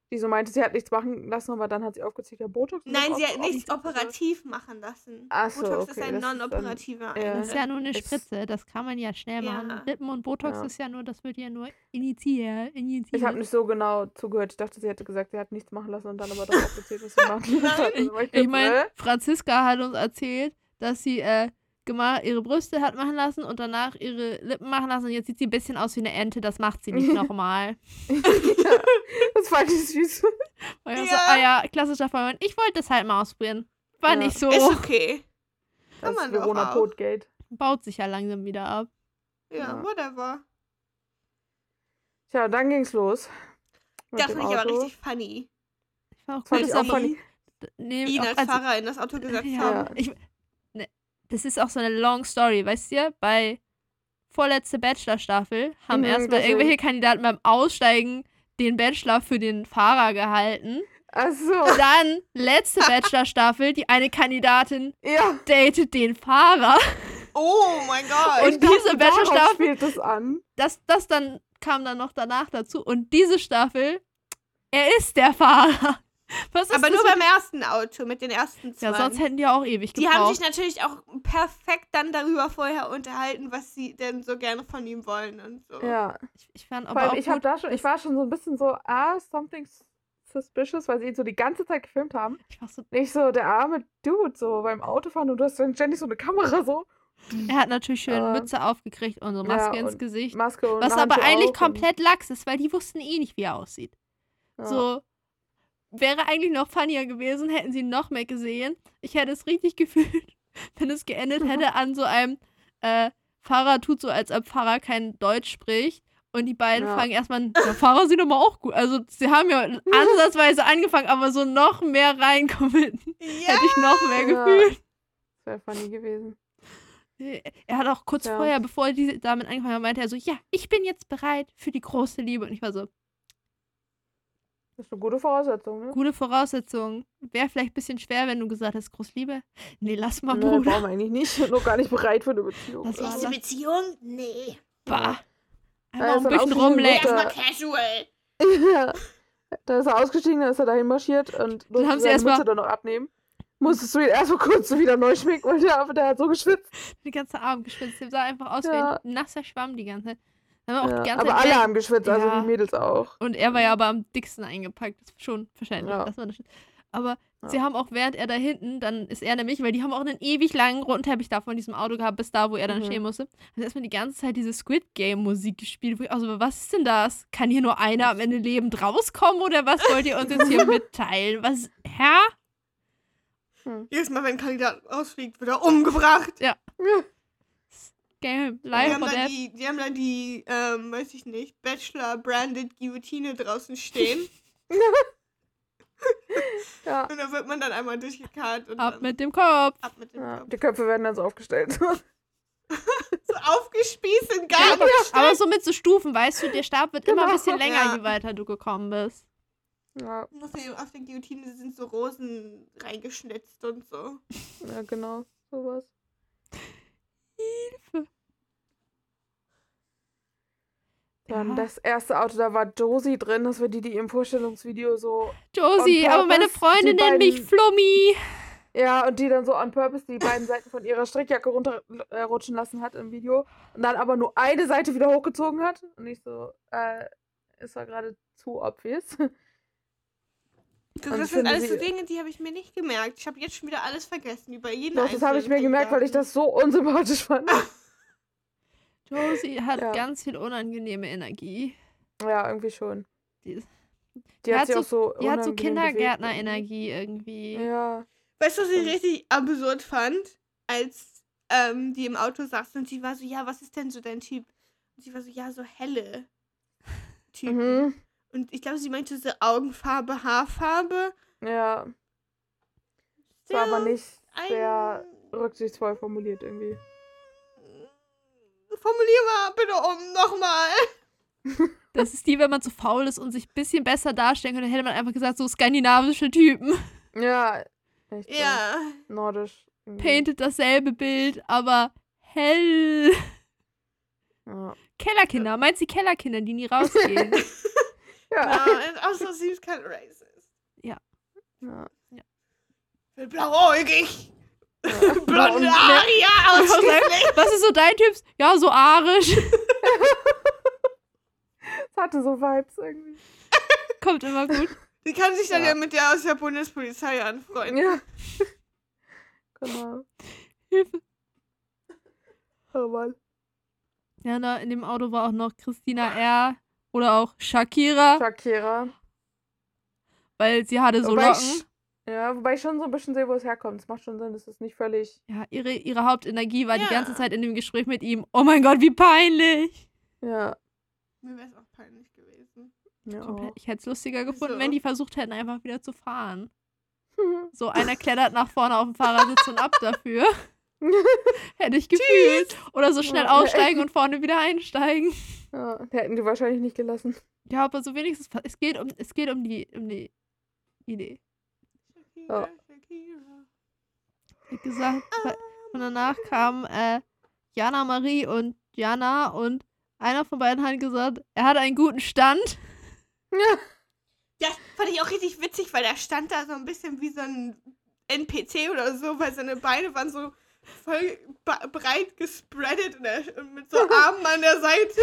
die so meinte, sie hat nichts machen lassen, aber dann hat sie aufgezählt, ja, Botox. und Nein, das sie hat auch nichts nicht so. operativ machen lassen. Ach so, Botox okay, ist ein das ist dann- non-operativer ja. Das ist Eingriff. ja nur eine Es- Spritze, das kann man ja schnell machen. Ja. Lippen und Botox Ja. ist ja nur, das wird ja nur initiiert. Ich habe nicht so genau zugehört. Ich dachte, sie hätte gesagt, sie hat nichts machen lassen und dann aber doch aufgezählt, was sie machen lassen hat. Also war Ich kurz, meine, Franziska hat uns erzählt, dass sie ihre Brüste hat machen lassen und danach ihre Lippen machen lassen und jetzt sieht sie ein bisschen aus wie eine Ente, das macht sie nicht nochmal. ja, das fand ich süß. Und ich so, Ja. ja, klassischer Fall. Ich wollte das halt mal ausprobieren. War Ja. nicht so. Ist okay. Das man ist doch Verona auch. Podgate. Baut sich ja langsam wieder ab. Ja, Ja. whatever. Tja, dann ging's los. Mit Das dem finde ich aber Auto. richtig funny. Ich war auch Fand gut, ich dass auch funny. Ihn als Fahrer in das Auto gesetzt Ja, haben. das ist auch so eine long story, weißt du? Bei vorletzte Bachelor-Staffel haben erstmal deswegen. irgendwelche Kandidaten beim Aussteigen den Bachelor für den Fahrer gehalten. Ach so. Dann letzte Bachelor-Staffel, die eine Kandidatin Ja. datet den Fahrer. Oh mein Gott. Und diese Darauf Bachelor-Staffel, spielt es an. das dann kam dann noch danach dazu. Und diese Staffel, er ist der Fahrer. Was ist aber das nur für- beim ersten Auto, mit den ersten zwei. Ja, sonst hätten die auch ewig Die gebraucht. haben sich natürlich auch perfekt dann darüber vorher unterhalten, was sie denn so gerne von ihm wollen und so. Ja. Ich fand Vor aber allem, auch ich gut, war schon so ein bisschen so, something suspicious, weil sie ihn so die ganze Zeit gefilmt haben. ich war so, Nicht so der arme Dude so beim Autofahren und du hast dann ständig so eine Kamera so. er hat natürlich schön Aber- Mütze aufgekriegt und so Maske Ja, ins und Gesicht. Maske und Was eine aber Handschuhe eigentlich auch komplett lax ist, weil die wussten eh nicht, wie er aussieht. und, ja. So, wäre eigentlich noch funnier gewesen, hätten sie ihn noch mehr gesehen. Ich hätte es richtig gefühlt, wenn es geendet hätte an so einem Fahrer tut so, als ob Fahrer kein Deutsch spricht. Und die beiden Ja. fangen erstmal an, der Fahrer sieht aber auch gut. Also sie haben ja ansatzweise angefangen, aber so noch mehr reinkommen. Ja. Hätte ich noch mehr Ja. gefühlt. Das wäre funny gewesen. Er hat auch kurz Ja. vorher, bevor die damit angefangen haben, meinte er so, ja, ich bin jetzt bereit für die große Liebe. Und ich war so, Das ist eine gute Voraussetzung, ne? gute Voraussetzung. Wäre vielleicht ein bisschen schwer, wenn du gesagt hast, Großliebe. Nee, lass mal, Ne, Bruder. brauchen wir eigentlich nicht. Noch gar nicht bereit für eine Beziehung. Das war Nächste das. Beziehung? Nee. Bah. Ja, Einfach ist ein dann bisschen auch rumlecken. Mutter. Erstmal casual. Ja. Da ist er ausgestiegen, dann ist er dahin marschiert und Dann haben sie seine erstmal- Mütze dann noch abnehmen. Musstest du ihn erstmal kurz so wieder neu schminken, weil der hat so geschwitzt. Die ganze Abend geschwitzt. Der sah einfach aus Ja. wie ein nasser Schwamm die ganze Zeit. Dann haben wir auch Ja. die ganze Aber Zeit alle haben geschwitzt, also Ja. die Mädels auch. Und er war ja aber am dicksten eingepackt. Das ist schon verständlich. Ja. Das war das. Aber Ja. sie haben auch, während er da hinten, dann ist er nämlich, weil die haben auch einen ewig langen roten Teppich da von diesem Auto gehabt, bis da, wo er dann Mhm. stehen musste. Haben erstmal die ganze Zeit diese Squid Game Musik gespielt. Wo ich auch so, was ist denn das? Kann hier nur einer am Ende lebend rauskommen oder was wollt ihr uns jetzt hier mitteilen? Was? Hä? Jedes Mal, wenn ein Kandidat ausfliegt, wird er umgebracht. Game, Die live haben, or dann death. die haben dann die, weiß ich nicht, Bachelor-branded Guillotine draußen stehen. Ja. Und da wird man dann einmal durchgekarrt und Ab dann mit dem Kopf. ab mit dem Ja. Kopf. Die Köpfe werden dann so aufgestellt. So aufgespießt in Ja, Garten. aber so mit so Stufen, weißt du, der Stab wird immer ein Genau. bisschen länger, Ja. je weiter du gekommen bist. Ja, Auf der Guillotine sind so Rosen reingeschnitzt und so. ja, genau. Sowas. Dann Ja. das erste Auto, da war Josie drin. Das war die im Vorstellungsvideo so. Josie, On aber meine purpose, Freundin die nennt mich beiden- Flummi. Ja, und die dann so on purpose die beiden Seiten von ihrer Strickjacke runterrutschen lassen hat im Video. Und dann aber nur eine Seite wieder hochgezogen hat. Und ich so, ist war gerade zu obvious. Und Das ich sind finde, alles so sie- Dinge, die habe ich mir nicht gemerkt. Ich habe jetzt schon wieder alles vergessen über jeden Doch, das habe ich mir einzelnen gemerkt, weil ich das so unsympathisch fand. Josie hat Ja. ganz viel unangenehme Energie. Ja, irgendwie schon. Die- Die hat sich auch so. Die hat so unangenehm bewegt Kindergärtner-Energie irgendwie. irgendwie. Ja. Weißt du, was ich Und- richtig absurd fand? Als die im Auto saß und sie war so, ja, was ist denn so dein Typ? Und sie war so, ja, so helle Typen. Mhm. Und ich glaube, sie meinte so Augenfarbe, Haarfarbe. Ja. Das war Ja, aber nicht ein- sehr rücksichtsvoll formuliert irgendwie. Formulier mal bitte um, nochmal. Das ist die, wenn man zu faul ist und sich ein bisschen besser darstellen könnte, hätte man einfach gesagt, so skandinavische Typen. Ja. Echt so. Ja. Nordisch. irgendwie. Paintet dasselbe Bild, aber hell. Ja. Kellerkinder. Meinst du die Kellerkinder, die nie rausgehen? Ja. and also seems kind of racist. Ja. Bin blauäugig. Ja. Blonde Haare, ja, ausschließlich. Was ist so dein Typ? Ja, so arisch. Es hatte so Vibes irgendwie. Kommt immer gut. Die kann sich dann Ja. ja mit der aus der Bundespolizei anfreunden. Ja. Genau. Hilfe. Oh Mann. Ja, da in dem Auto war auch noch Christina R. oder auch Shakira, Shakira. weil sie hatte so Wobei Locken. wobei ich schon so ein bisschen sehe, wo es herkommt. Es macht schon Sinn, das ist nicht völlig. Ja, ihre Hauptenergie war die Ja. ganze Zeit in dem Gespräch mit ihm. Oh mein Gott, wie peinlich. Ja. Mir wäre es auch peinlich gewesen. Ja. Komplett. Ich hätte es lustiger gefunden, Wieso? wenn die versucht hätten, einfach wieder zu fahren. So, einer klettert nach vorne auf dem Fahrersitz und ab dafür. Hätte ich gefühlt. Oder so schnell Ja. aussteigen und vorne wieder einsteigen. Ja, hätten die wahrscheinlich nicht gelassen. Ja, aber so wenigstens, es geht um die Idee. Ja. Shakira. Wie gesagt, und danach kamen Jana Marie und Jana und einer von beiden hat gesagt, er hat einen guten Stand. Ja, fand ich auch richtig witzig, weil der stand da so ein bisschen wie so ein NPC oder so, weil seine Beine waren so voll breit gespreadet und mit so Armen an der Seite.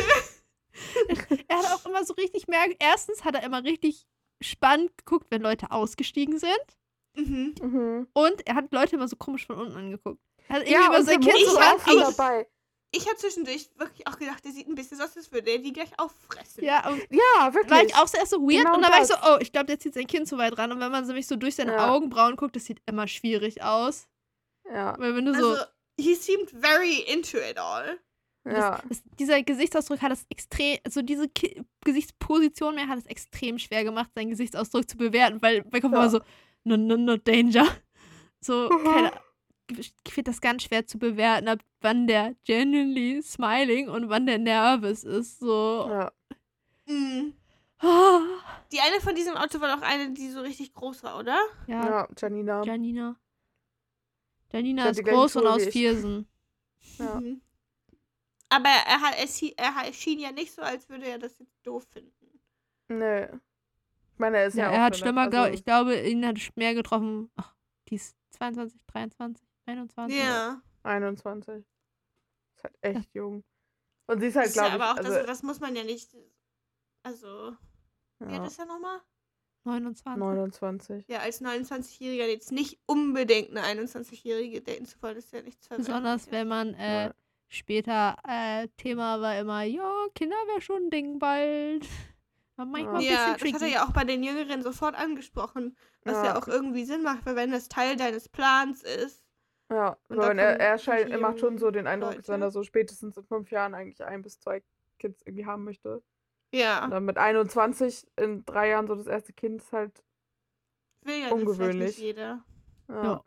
Er hat auch immer so richtig erstens hat er immer richtig spannend geguckt, wenn Leute ausgestiegen sind. Mhm. Mhm. Und er hat Leute immer so komisch von unten angeguckt. Er hat irgendwie Ja, immer und sein der Kind Mund so ist an, auch voll aber- dabei. Ich habe zwischendurch wirklich auch gedacht, der sieht ein bisschen so aus, als würde er die gleich auffressen. Ja, und Ja, wirklich. war ich auch zuerst so weird Genau und dann war ich so, das. oh, ich glaube, der zieht sein Kind zu weit ran. Und wenn man so nämlich so durch seine Ja. Augenbrauen guckt, das sieht immer schwierig aus. Ja, Weil wenn du so, Also, he seemed very into it all. ja. dieser Gesichtsausdruck hat es extrem, also diese Gesichtsposition mehr hat es extrem schwer gemacht, seinen Gesichtsausdruck zu bewerten, weil man kommt Ja. immer so, no, danger. So, Mhm. ich finde das ganz schwer zu bewerten, ab wann der genuinely smiling und wann der nervös ist. So. Ja. Mhm. Ah. Die eine von diesem Auto war doch eine, die so richtig groß war, oder? Ja, Ja, Janina. Janina. Ich Janina hab ist die gleichen groß und Schuhe aus wie ich. Viersen. Ja. Mhm. Aber er schien ja nicht so, als würde er das jetzt doof finden. Nee. Ich meine, er ist ja, Ja, auch er hat eine- schlimmer, also, ich glaube, ihn hat mehr getroffen. Ach, die ist 22, 23, 21. Ja. 21. Ist halt echt jung. Und sie ist halt, Das ist ja glaube ich, aber auch, also, das muss man ja nicht. Also, wie alt ja, ist er nochmal? 29. 29. Ja, als 29-Jähriger jetzt nicht unbedingt eine 21-Jährige daten zu wollen, ist ja nichts Besonders wenn man Ja. später Thema war immer, ja, Kinder wäre schon ein Ding bald. Aber manchmal Ja. ein Ja, bisschen das hat er tricky. ja auch bei den Jüngeren sofort angesprochen, was ja auch irgendwie Sinn macht, weil wenn das Teil deines Plans ist. Ja, Und aber da wenn er, kommen er, solche scheint, er macht schon so den Eindruck, als wenn Leute. er so spätestens in 5 Jahren eigentlich 1 bis 2 Kids irgendwie haben möchte. Und Ja, dann mit 21 in 3 Jahren so das erste Kind ist halt, will ja ungewöhnlich. vielleicht nicht jeder. ja. Ja.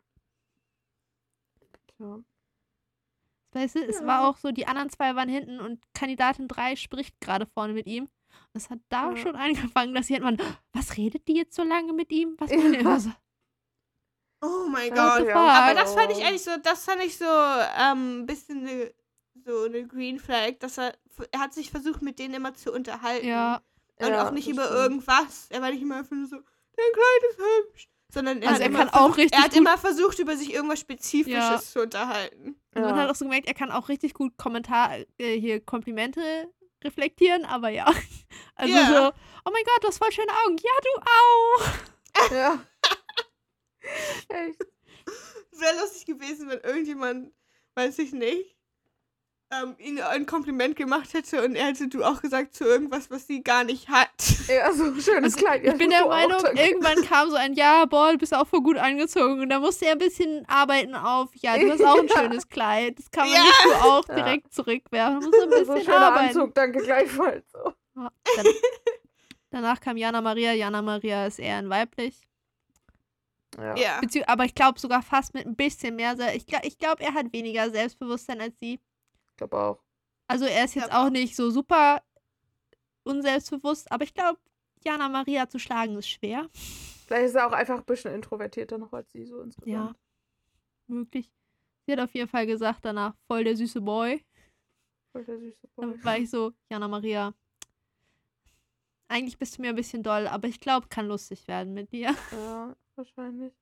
Tja. Weißt du, es Ja. war auch so, die anderen zwei waren hinten und Kandidatin 3 spricht gerade vorne mit ihm. Und es hat da Ja. schon angefangen, dass sie halt mal, was redet die jetzt so lange mit ihm? Was will der immer so? Oh mein Ja, Gott. the ja. fuck? Aber das fand ich eigentlich so, ein bisschen eine Green Flag, dass er hat sich versucht, mit denen immer zu unterhalten. Ja, Und Ja, auch nicht das über stimmt. irgendwas. Er war nicht immer einfach nur so, dein Kleid ist hübsch. Sondern Also er immer kann auch versucht, richtig er hat gut- immer versucht, über sich irgendwas Spezifisches Ja. zu unterhalten. und man Ja. hat auch so gemerkt, er kann auch richtig gut Komplimente reflektieren, aber ja. Also Ja. so, oh mein Gott, du hast voll schöne Augen. Ja, du auch. Ja. Echt. Wäre lustig gewesen, wenn irgendjemand, weiß ich nicht, ihm ein Kompliment gemacht hätte und er hätte du auch gesagt zu irgendwas, was sie gar nicht hat. Ja, so ein schönes Also, Kleid. Ja, ich bin das der musst du auch Meinung, danke. irgendwann kam so ein, ja, boah, du bist auch voll gut angezogen. Und da musste er ein bisschen arbeiten auf, ja, du hast auch ein Ja. schönes Kleid. Das kann man Ja. nicht so auch Ja. direkt zurückwerfen. Man muss ein So ein bisschen schöner arbeiten. Anzug, danke gleichfalls. So. Ja, danach kam Jana Maria. Jana Maria ist eher ein weiblich. Ja. Ja. Aber ich glaube sogar fast mit ein bisschen mehr. Ich glaube, er hat weniger Selbstbewusstsein als sie. Ich glaube auch. Also er ist jetzt glaub auch nicht so super unselbstbewusst, aber ich glaube, Jana Maria zu schlagen ist schwer. Vielleicht ist er auch einfach ein bisschen introvertierter noch als sie so insgesamt. Ja, möglich. Sie hat auf jeden Fall gesagt danach, voll der süße Boy. Voll der süße Boy. Dann war ich so, Jana Maria, eigentlich bist du mir ein bisschen doll, aber ich glaube, kann lustig werden mit dir. Ja, wahrscheinlich.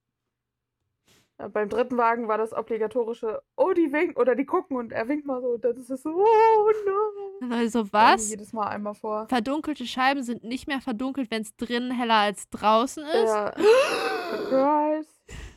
Ja, beim dritten Wagen war das obligatorische, oh, die winken, oder die gucken und er winkt mal so, und dann ist es so, oh nein. Also Kommt was? jedes Mal einmal vor. Verdunkelte Scheiben sind nicht mehr verdunkelt, wenn es drinnen heller als draußen ist. Ja. Surprise.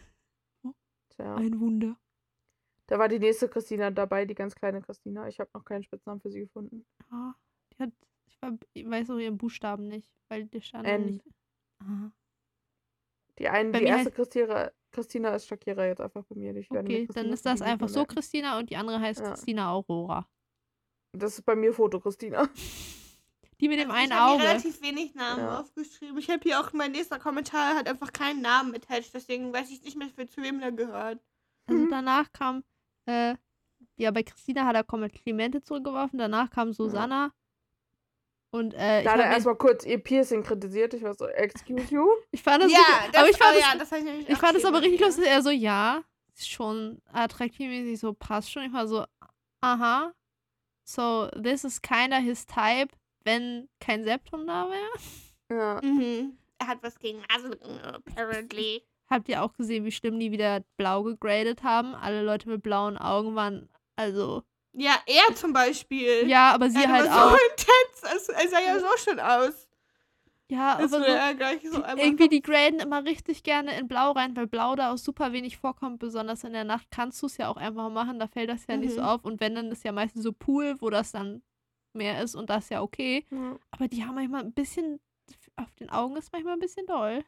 Tja. Ein Wunder. Da war die nächste Christina dabei, die ganz kleine Christina. Ich habe noch keinen Spitznamen für sie gefunden. Ja, die hat, ich weiß auch ihren Buchstaben nicht, weil der stand noch N. nicht. Aha. Die Bei mir erste Christina ist Shakira jetzt einfach bei mir. Ich werde Okay, mir dann Christina ist das nicht mehr einfach so merken. Christina und die andere heißt Ja. Christina Aurora. Das ist bei mir Foto Christina. Die mit dem einen ich habe Auge. hier relativ wenig Namen Ja. aufgeschrieben. Ich habe hier auch, mein nächster Kommentar hat einfach keinen Namen mit Hedge, deswegen weiß ich nicht mehr, zu wem der gehört. Also Mhm. danach kam, ja, bei Christina hat er Komplimente zurückgeworfen, danach kam Susanna. Und Da hat er erstmal kurz ihr Piercing kritisiert. Ich war so, excuse you? ich fand das, Ja, richtig, aber ich fand ja, das, das habe ich nämlich ich auch fand das aber geschrieben, richtig ja. lustig, er so, ja, ist schon attraktivmäßig, so passt schon. Ich war so, aha, so this is kinda his type, wenn kein Septum da wäre. Ja. Mhm. Er hat was gegen Nasenringe, apparently. Habt ihr auch gesehen, wie schlimm die wieder blau gegradet haben? Alle Leute mit blauen Augen waren, also, Ja, er zum Beispiel. ja, aber sie er halt war auch. so intens. Er sah ja so schon aus. Ja, Das aber wurde so, er gleich so einmal. irgendwie die graden immer richtig gerne in Blau rein, weil Blau da auch super wenig vorkommt, besonders in der Nacht kannst du es ja auch einfach machen, da fällt das ja nicht so Mhm. auf und wenn, dann ist ja meistens so Pool, wo das dann mehr ist und das ist ja okay, Ja. aber die haben manchmal ein bisschen, auf den Augen ist manchmal ein bisschen doll.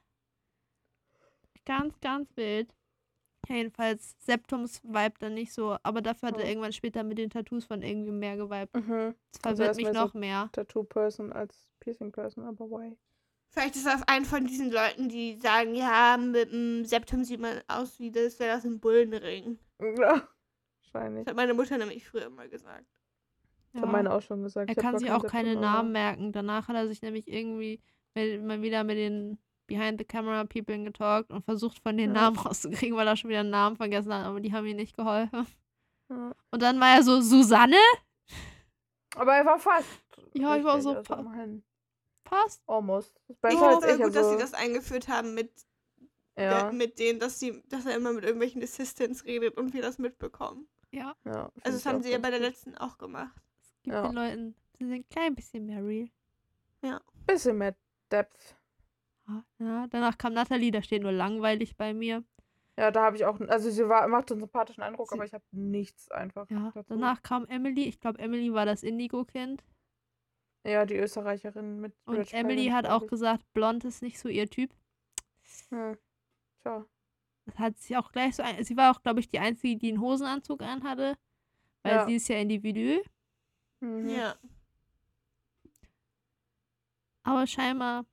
Ganz, ganz wild. Ja, jedenfalls, Septums vibe dann nicht so, aber dafür hat er Ja. irgendwann später mit den Tattoos von irgendwie mehr geweibt. Mhm. Das Also er verwirrt ist mich mehr so noch mehr. Tattoo-Person als Piercing-Person, aber why? Vielleicht ist das ein von diesen Leuten, die sagen, ja, mit dem Septum sieht man aus wie das, wäre das ein Bullenring. Ja, wahrscheinlich. Das hat meine Mutter nämlich früher immer gesagt. Das hat meine auch schon gesagt. Er Ich hab kann zwar sich kein auch keine Septum, aber- Namen merken. Danach hat er sich nämlich irgendwie mal wieder mit den Behind-the-Camera-People getalkt und versucht, von den Ja. Namen rauszukriegen, weil er schon wieder einen Namen vergessen hat, aber die haben ihm nicht geholfen. Ja. Und dann war er so, Susanne? Aber er war fast. Ja, ich war richtig, so, also immerhin. passt. Almost. Ich Besser finde als es ich. gut, dass Also, sie das eingeführt haben mit ja. mit denen, dass er immer mit irgendwelchen Assistants redet und wir das mitbekommen. Ja, Ja, find Also das ich haben auch sie ja ganz bei der gut. letzten auch gemacht. es gibt Ja. den Leuten, sie sind ein klein bisschen mehr real. Bisschen mehr Depth. Ja, danach kam Natalie, da steht nur langweilig bei mir. Ja, da habe ich auch. Also, sie macht einen sympathischen Eindruck, Sie- aber ich habe nichts einfach Ja, dazu. danach kam Emily. Ich glaube, Emily war das Indigo-Kind. Ja, die Österreicherin mit. Und Rich Emily Parents, hat glaub auch ich. gesagt, blond ist nicht so ihr Typ. Ja. Tja. Das hat sie auch gleich so sie war auch, glaube ich, die Einzige, die einen Hosenanzug anhatte. Weil Ja. sie ist ja individuell. Mhm. Ja. Aber scheinbar,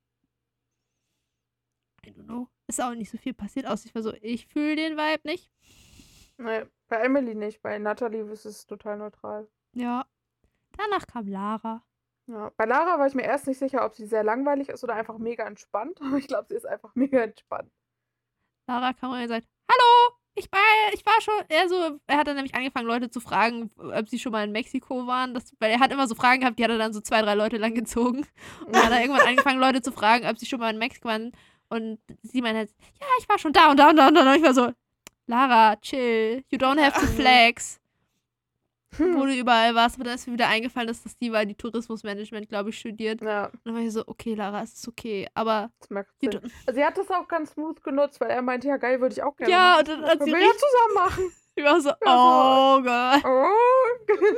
I don't know, ist auch nicht so viel passiert. Außer ich war so, ich fühle den Vibe nicht. Nee, bei Emily nicht. Bei Natalie ist es total neutral. Ja. Danach kam Lara. Ja. Bei Lara war ich mir erst nicht sicher, ob sie sehr langweilig ist oder einfach mega entspannt. Aber ich glaube, sie ist einfach mega entspannt. Lara kam und gesagt, hallo, ich war schon, er hat dann nämlich angefangen, Leute zu fragen, ob sie schon mal in Mexiko waren. Weil er hat immer so Fragen gehabt, die hat er dann so 2, 3 Leute lang gezogen. Und dann hat er irgendwann angefangen, Leute zu fragen, ob sie schon mal in Mexiko waren. Und sie meinte halt, ja, ich war schon da und da und da und da. Und ich war so, Lara, chill, you don't have to flex. Wo du überall warst. Aber dann ist mir wieder eingefallen, dass das die war, die Tourismusmanagement, glaube ich, studiert. Ja, Und dann war ich so, okay, Lara, es ist okay. Aber das merkt die, Sinn. Also sie hat das auch ganz smooth genutzt, weil er meinte, ja geil, würde ich auch gerne ja, machen. und dann hat sie Können wir ja richtig, zusammen machen. ich war so, Ja, oh Gott. Oh.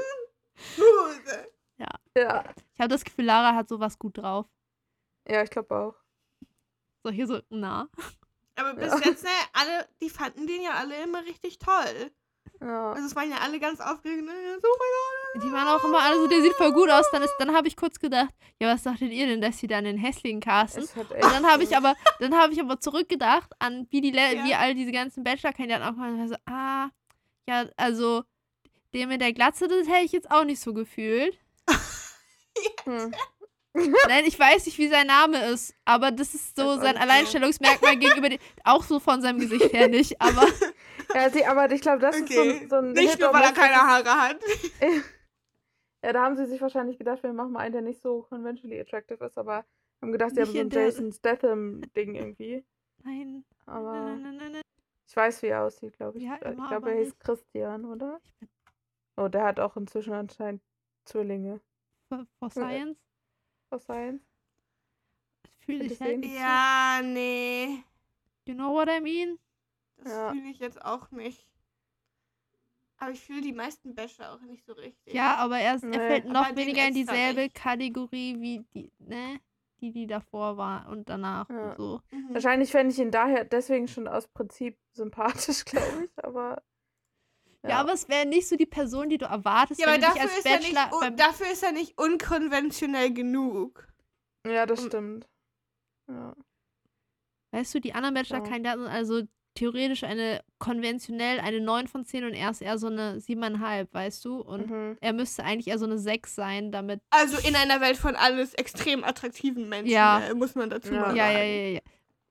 Ja. Ich habe das Gefühl, Lara hat sowas gut drauf. Ja, ich glaube auch. So hier so, na. Aber bis Ja. jetzt, ne, die fanden den ja alle immer richtig toll. Ja. Also es waren ja alle ganz aufgeregt. Ne? So, oh mein Gott. Die waren auch immer alle so, der sieht voll gut aus. Dann habe ich kurz gedacht, ja, was dachtet ihr denn, dass sie dann den hässlichen casten? Es hat Und echt dann habe ich aber zurückgedacht an wie Ja. wie all diese ganzen Bachelor-Kandidaten auch mal so, ja, also den mit der Glatze, das hätte ich jetzt auch nicht so gefühlt. Hm. Nein, ich weiß nicht, wie sein Name ist, aber das ist so Weiß auch sein nicht Alleinstellungsmerkmal gegenüber auch so von seinem Gesicht her nicht, aber Ja, aber ich glaube, das Okay. ist so ein Nicht Hit nur, or weil er Miss. keine Haare hat. Ja, da haben sie sich wahrscheinlich gedacht, wir machen mal einen, der nicht so conventionally attractive ist, aber haben gedacht, sie haben Nicht so ein in der- Jason Statham-Ding irgendwie. Nein. Aber Nein. ich weiß, wie er aussieht, glaube ich. Ja, Ich immer, glaube, aber er hieß nicht. Christian, oder? Ich bin Oh, der hat auch inzwischen anscheinend Zwillinge. for Science. Was sein? Das fühle Könnt ich ihr halt sehen? nicht so. Ja, nee. You know what I mean? Das Ja. fühle ich jetzt auch nicht. Aber ich fühle die meisten Basher auch nicht so richtig. Ja, aber er Nee. fällt Aber noch den weniger in extra dieselbe nicht. Kategorie wie die, ne? Die davor war und danach Ja. und so. Mhm. Wahrscheinlich fände ich ihn daher deswegen schon aus Prinzip sympathisch, glaube ich, aber. Ja, aber es wäre nicht so die Person, die du erwartest, Ja, wenn aber du dich dafür als ist, er Bachelor nicht, beim dafür ist er nicht unkonventionell genug. Ja, das Und- stimmt. Ja. Weißt du, die anderen Bachelor-Kandidaten sind also theoretisch eine 9 von 10 und er ist eher so eine 7,5, weißt du? Und Mhm. er müsste eigentlich eher so eine 6 sein, damit. Also in einer Welt von alles extrem attraktiven Menschen, Ja. muss man dazu Ja. mal Ja. sagen.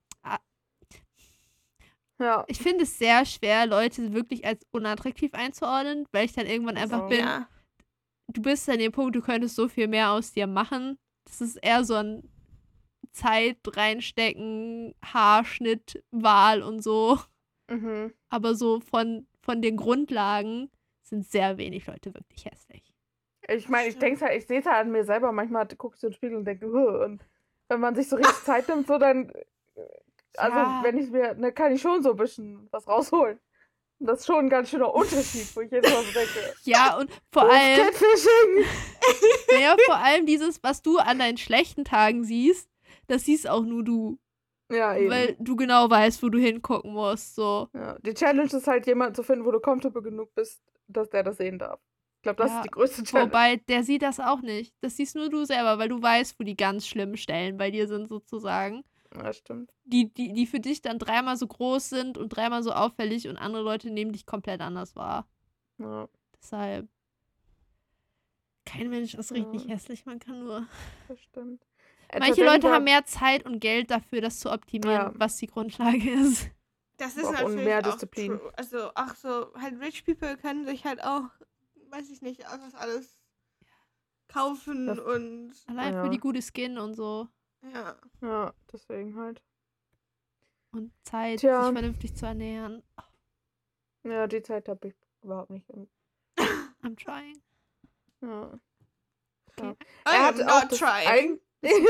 Ja. Ich finde es sehr schwer, Leute wirklich als unattraktiv einzuordnen, weil ich dann irgendwann einfach auch. bin, Ja. du bist an dem Punkt, du könntest so viel mehr aus dir machen. Das ist eher so ein Zeit reinstecken, Haarschnitt, Wahl und so. Mhm. Aber so von den Grundlagen sind sehr wenig Leute wirklich hässlich. Ich meine, ich Stimmt. denke halt, ich sehe es halt an mir selber. Manchmal gucke ich so in den Spiegel und denke, und wenn man sich so richtig Zeit nimmt, so dann. Also, Ja. wenn ich mir, ne, kann ich schon so ein bisschen was rausholen. Und das ist schon ein ganz schöner Unterschied, wo ich jedes Mal so denke. Ja, und vor allem, Catfishing! naja, vor allem dieses, was du an deinen schlechten Tagen siehst, das siehst auch nur du. Ja, eben. Weil du genau weißt, wo du hingucken musst. So. Ja. Die Challenge ist halt, jemanden zu finden, wo du comfortable genug bist, dass der das sehen darf. Ich glaube, das Ja, ist die größte Challenge. Wobei, der sieht das auch nicht. Das siehst nur du selber, weil du weißt, wo die ganz schlimmen Stellen bei dir sind, sozusagen. Ja, stimmt. Die für dich dann 3-mal so groß sind und 3-mal so auffällig und andere Leute nehmen dich komplett anders wahr. Ja. Deshalb. Kein Mensch ist richtig Ja. hässlich, man kann nur. Das stimmt. Manche Leute haben mehr Zeit und Geld dafür, das zu optimieren, Ja. was die Grundlage ist. Das ist Auch natürlich mehr auch Disziplin. true. Also auch so, halt rich people können sich halt auch, weiß ich nicht, was alles kaufen Das- und Allein Ja. für die gute Skin und so. ja. Ja, deswegen halt. Und Zeit, Tja. sich vernünftig zu ernähren. Ja, die Zeit habe ich überhaupt nicht. I'm trying. Ja. Okay. I am not trying.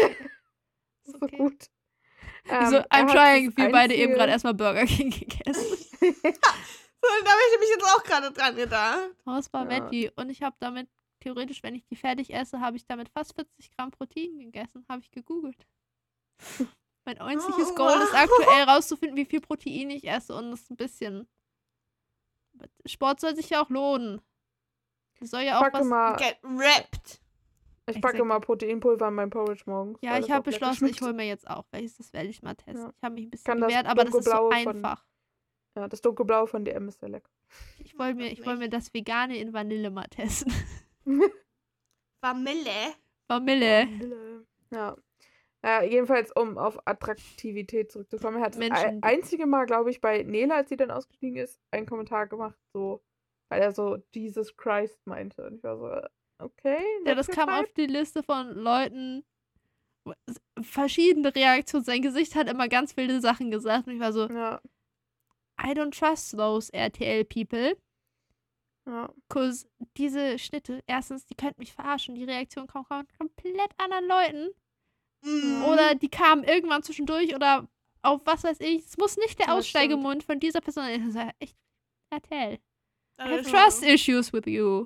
so Okay. gut. Also, er I'm hat trying, das wir beide eben einzige- gerade erstmal Burger King gegessen. So, da habe ich nämlich jetzt auch gerade dran gedacht. Aber es war Ja. Veggie. Und ich habe damit, theoretisch, wenn ich die fertig esse, habe ich damit fast 40 Gramm Protein gegessen. Habe ich gegoogelt. Mein einziges Oh, Goal ist wow. aktuell rauszufinden, wie viel Protein ich esse und das ein bisschen. Sport soll sich ja auch lohnen. Das soll ja auch packe was. mal, Get ripped. ich Exakt. packe mal Proteinpulver in mein Porridge morgens. Ja, weil ich das habe auch lecker beschlossen, ich schmeckt. hole mir jetzt auch welches. Das werde ich mal testen. Ja. Ich habe mich ein bisschen Kann das gewehrt, aber das ist so dunkelblaue von- einfach. Ja, das dunkelblaue von DM ist sehr lecker. Ich wollte mir das Vegane in Vanille mal testen. Vanille. Vanille. Ja. Jedenfalls, um auf Attraktivität zurückzukommen, er hat das Menschen, die- einzige Mal, glaube ich, bei Nela, als sie dann ausgestiegen ist, einen Kommentar gemacht, so, weil er so Jesus Christ meinte. Und ich war so, okay. Ja, das kam auf die Liste von Leuten. Verschiedene Reaktionen. Sein Gesicht hat immer ganz wilde Sachen gesagt. Und ich war so, Ja, I don't trust those RTL people. ja. Cause diese Schnitte, erstens, die könnten mich verarschen. Die Reaktion kommt von komplett anderen Leuten. Mhm. Oder die kamen irgendwann zwischendurch oder auf was weiß ich. Es muss nicht der Ja, Aussteigemund von dieser Person sein. Ich sag, echt, RTL. I Das have ist trust so. issues with you.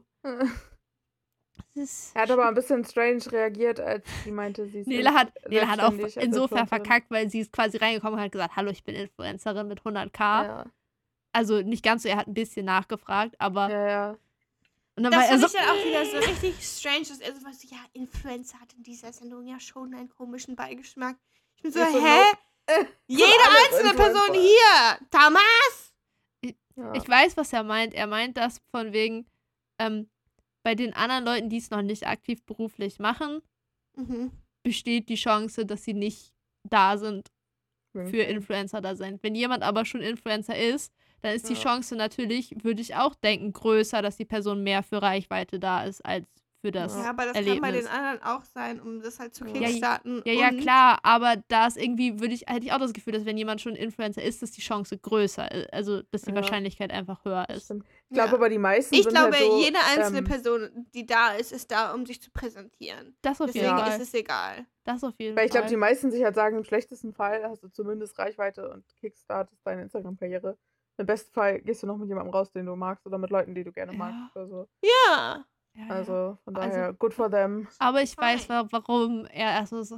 Das ist Er hat aber ein bisschen strange reagiert, als sie meinte, sie ist Nela hat auch selbstständig als insofern Influencerin. verkackt, weil sie ist quasi reingekommen und hat gesagt, hallo, ich bin Influencerin mit 100k. Ja, Also nicht ganz so, er hat ein bisschen nachgefragt, aber ja. und dann Das war er finde so, ich dann auch wieder so richtig strange, dass er so was, ja, Influencer hat in dieser Sendung ja schon einen komischen Beigeschmack. Ich bin so, Ich so, hä? Jede alles einzelne Person Influencer. hier! Thomas! Ja. ich weiß, was er meint. Er meint das von wegen, bei den anderen Leuten, die es noch nicht aktiv beruflich machen, Mhm. besteht die Chance, dass sie nicht da sind für Okay. Influencer da sind. Wenn jemand aber schon Influencer ist, dann ist die Ja. Chance natürlich, würde ich auch denken, größer, dass die Person mehr für Reichweite da ist als für das Ja, aber das Erlebnis. kann bei den anderen auch sein, um das halt zu Ja. kickstarten. Ja, und klar, aber da ist irgendwie, hätte ich auch das Gefühl, dass wenn jemand schon Influencer ist, dass die Chance größer ist. Also, dass die Ja. Wahrscheinlichkeit einfach höher ist. Stimmt. Ich glaube Ja. aber, die meisten Ich sind glaube, halt so, jede einzelne Person, die da ist da, um sich zu präsentieren. Das auf jeden Deswegen Fall. ist es egal. Das auf jeden weil ich glaube, Fall. die meisten sich halt sagen, im schlechtesten Fall hast du zumindest Reichweite und kickstartest deine Instagram-Karriere. Im besten Fall gehst du noch mit jemandem raus, den du magst, oder mit Leuten, die du gerne Ja. magst oder so. Ja. Ja, ja. Also von Also- daher, good for them. Aber ich weiß, Fine. warum er erst so,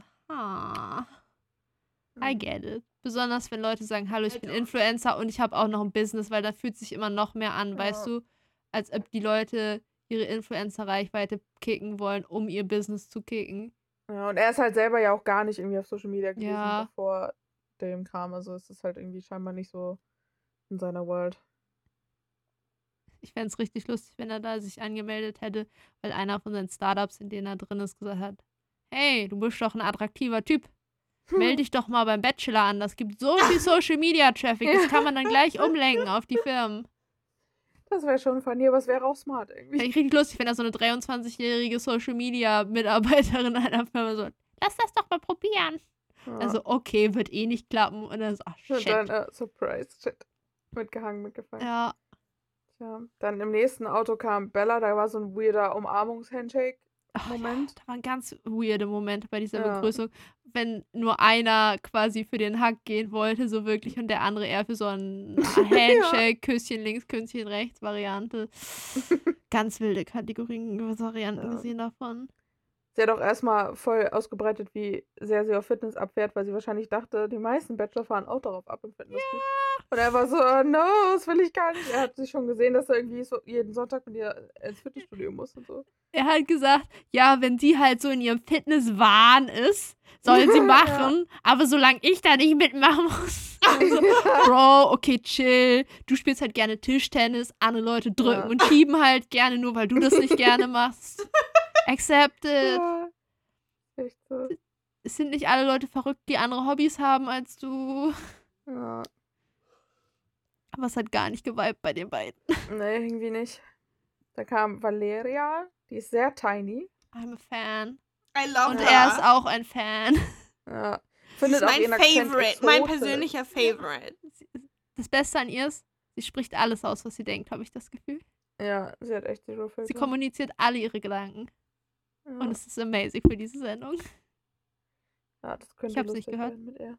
I get it. Besonders wenn Leute sagen, hallo, ich I bin don't. Influencer und ich habe auch noch ein Business, weil da fühlt sich immer noch mehr an, Ja. weißt du, als ob die Leute ihre Influencer-Reichweite kicken wollen, um ihr Business zu kicken. Ja, und er ist halt selber ja auch gar nicht irgendwie auf Social Media gewesen, Ja. bevor dem Kram. Also es ist halt irgendwie scheinbar nicht so in seiner World. Ich fände es richtig lustig, wenn er da sich angemeldet hätte, weil einer von seinen Startups, in denen er drin ist, gesagt hat, hey, du bist doch ein attraktiver Typ. Melde dich doch mal beim Bachelor an. Das gibt so viel Social Media Traffic. Das kann man dann gleich umlenken auf die Firmen. Das wäre schon funny, aber es wäre auch smart irgendwie. Fände ich richtig lustig, wenn da so eine 23-jährige Social Media Mitarbeiterin einer Firma so, lass das doch mal probieren. Ja. Also, okay, wird eh nicht klappen. Und dann so, ach, Und shit. dann, Surprise, shit. Mitgehangen, mitgefangen. Ja, Tja. Dann im nächsten Auto kam Bella, da war so ein weirder Umarmungs-Handshake. ach, Moment. Ja, da waren ganz weirde Momente bei dieser Ja. Begrüßung. Wenn nur einer quasi für den Hack gehen wollte, so wirklich, und der andere eher für so ein Handshake, Küsschen links, Küsschen rechts Variante. Ganz wilde Kategorien, Varianten Ja. gesehen davon. Sie hat auch erstmal voll ausgebreitet, wie sehr sie auf Fitness abfährt, weil sie wahrscheinlich dachte, die meisten Bachelor fahren auch darauf ab im Fitnessbuch. Und er war so, oh no, das will ich gar nicht. Er hat sich schon gesehen, dass er irgendwie so jeden Sonntag mit ihr ins Fitnessstudio muss und so. Er hat gesagt, ja, wenn sie halt so in ihrem Fitnesswahn ist, soll sie machen, aber solange ich da nicht mitmachen muss. Also, Bro, okay, chill. Du spielst halt gerne Tischtennis, andere Leute drücken Ja. und schieben halt gerne, nur weil du das nicht gerne machst. Accepted. Ja. Echt so. Es sind nicht alle Leute verrückt, die andere Hobbys haben als du. Ja. Aber es hat gar nicht geweibt bei den beiden. Nee, irgendwie nicht. Da kam Valeria, die ist sehr tiny. I'm a Fan. I love Und her. er ist auch ein Fan. Ja. Sie Findet ist auch mein ihren Akzent Favorite. Mein exotisch. persönlicher Favorite. Das Beste an ihr ist, sie spricht alles aus, was sie denkt, habe ich das Gefühl. Ja, sie hat echt zero Sie Filter. kommuniziert alle ihre Gedanken. Ja. Und es ist amazing für diese Sendung. Ja, das könnte Ich hab's nicht lustig gehört. werden mit ihr.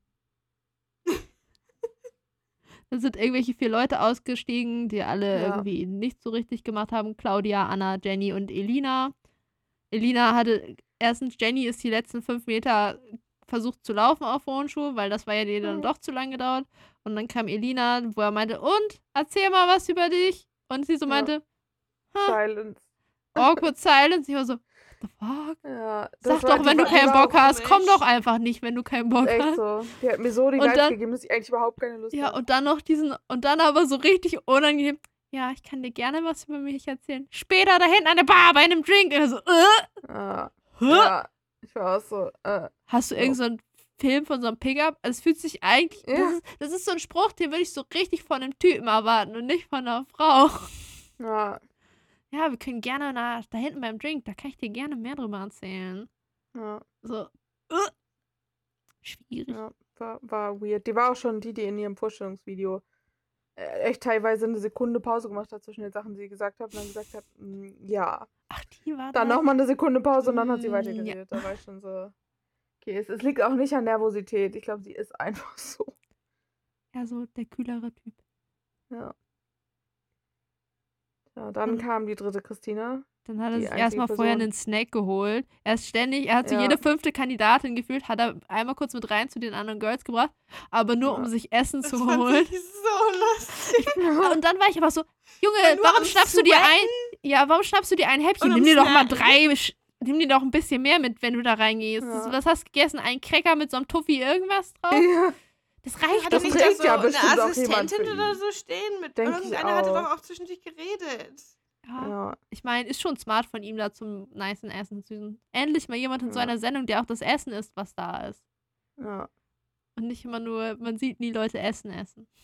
Da sind irgendwelche 4 Leute ausgestiegen, die alle Ja. irgendwie nicht so richtig gemacht haben. Claudia, Anna, Jenny und Elina. Elina hatte, erstens, Jenny ist die letzten 5 Meter versucht zu laufen auf Hohenschuhe, weil das war ja dir dann Mhm. doch zu lange gedauert. Und dann kam Elina, wo er meinte, und, erzähl mal was über dich. Und sie so Ja. meinte, Silence. awkward silence. Ich war so, what the fuck? Ja, Sag war- doch, die wenn du war- keinen die war Bock auch hast, komm komisch. doch einfach nicht, wenn du keinen Bock echt hast. so. Die hat mir so die Und Vibes dann- gegeben, dass ich eigentlich überhaupt keine Lust Ja, habe. und dann noch und dann aber so richtig unangenehm. Ja, ich kann dir gerne was über mich erzählen. Später da hinten an der Bar bei einem Drink. Und so, Ja, hä? ja, ich war auch so, Hast du Ja. irgend so einen Film von so einem Pickup? Also es fühlt sich eigentlich, Ja. das ist so ein Spruch, den würde ich so richtig von einem Typen erwarten und nicht von einer Frau. ja, Ja, wir können gerne da hinten beim Drink, da kann ich dir gerne mehr drüber erzählen. ja, So, schwierig. ja, war weird. Die war auch schon die in ihrem Vorstellungsvideo echt teilweise eine Sekunde Pause gemacht hat zwischen den Sachen, die sie gesagt hat und dann gesagt hat, ja. Ach, die war Dann das? nochmal eine Sekunde Pause und dann hat sie Ja. weitergeredet. Da war ich schon so, okay, es liegt auch nicht an Nervosität. Ich glaube, sie ist einfach so. Ja, so der kühlere Typ. Ja. Ja, dann kam die dritte Christina. Dann hat er Die sich einzige erstmal vorher Person- einen Snack geholt. Er hat so Ja. jede 5. Kandidatin gefühlt, hat er einmal kurz mit rein zu den anderen Girls gebracht, aber nur Ja. um sich Essen Das zu fand holen. ich so lustig. Und dann war ich aber so, Junge, Nur warum am schnappst du dir warum schnappst du dir ein Häppchen? Und am Nimm dir doch mal Snacken. nimm dir doch ein bisschen mehr mit, wenn du da reingehst. Ja. Was hast du gegessen? Ein Cracker mit so einem Tuffi irgendwas drauf? Ja. Das reicht Hat doch er nicht nicht. trägt da so ja eine bestimmt auch jemand Assistentin für oder ihn. so stehen? Mit Denk ich irgendeiner hatte auch. doch auch zwischendurch geredet. Ja. Ja. Ich meine, ist schon smart von ihm da zum nicen Essen zu süßen. Endlich mal jemand in so Ja. einer Sendung, der auch das Essen isst, was da ist. Ja. Und nicht immer nur, man sieht nie Leute essen.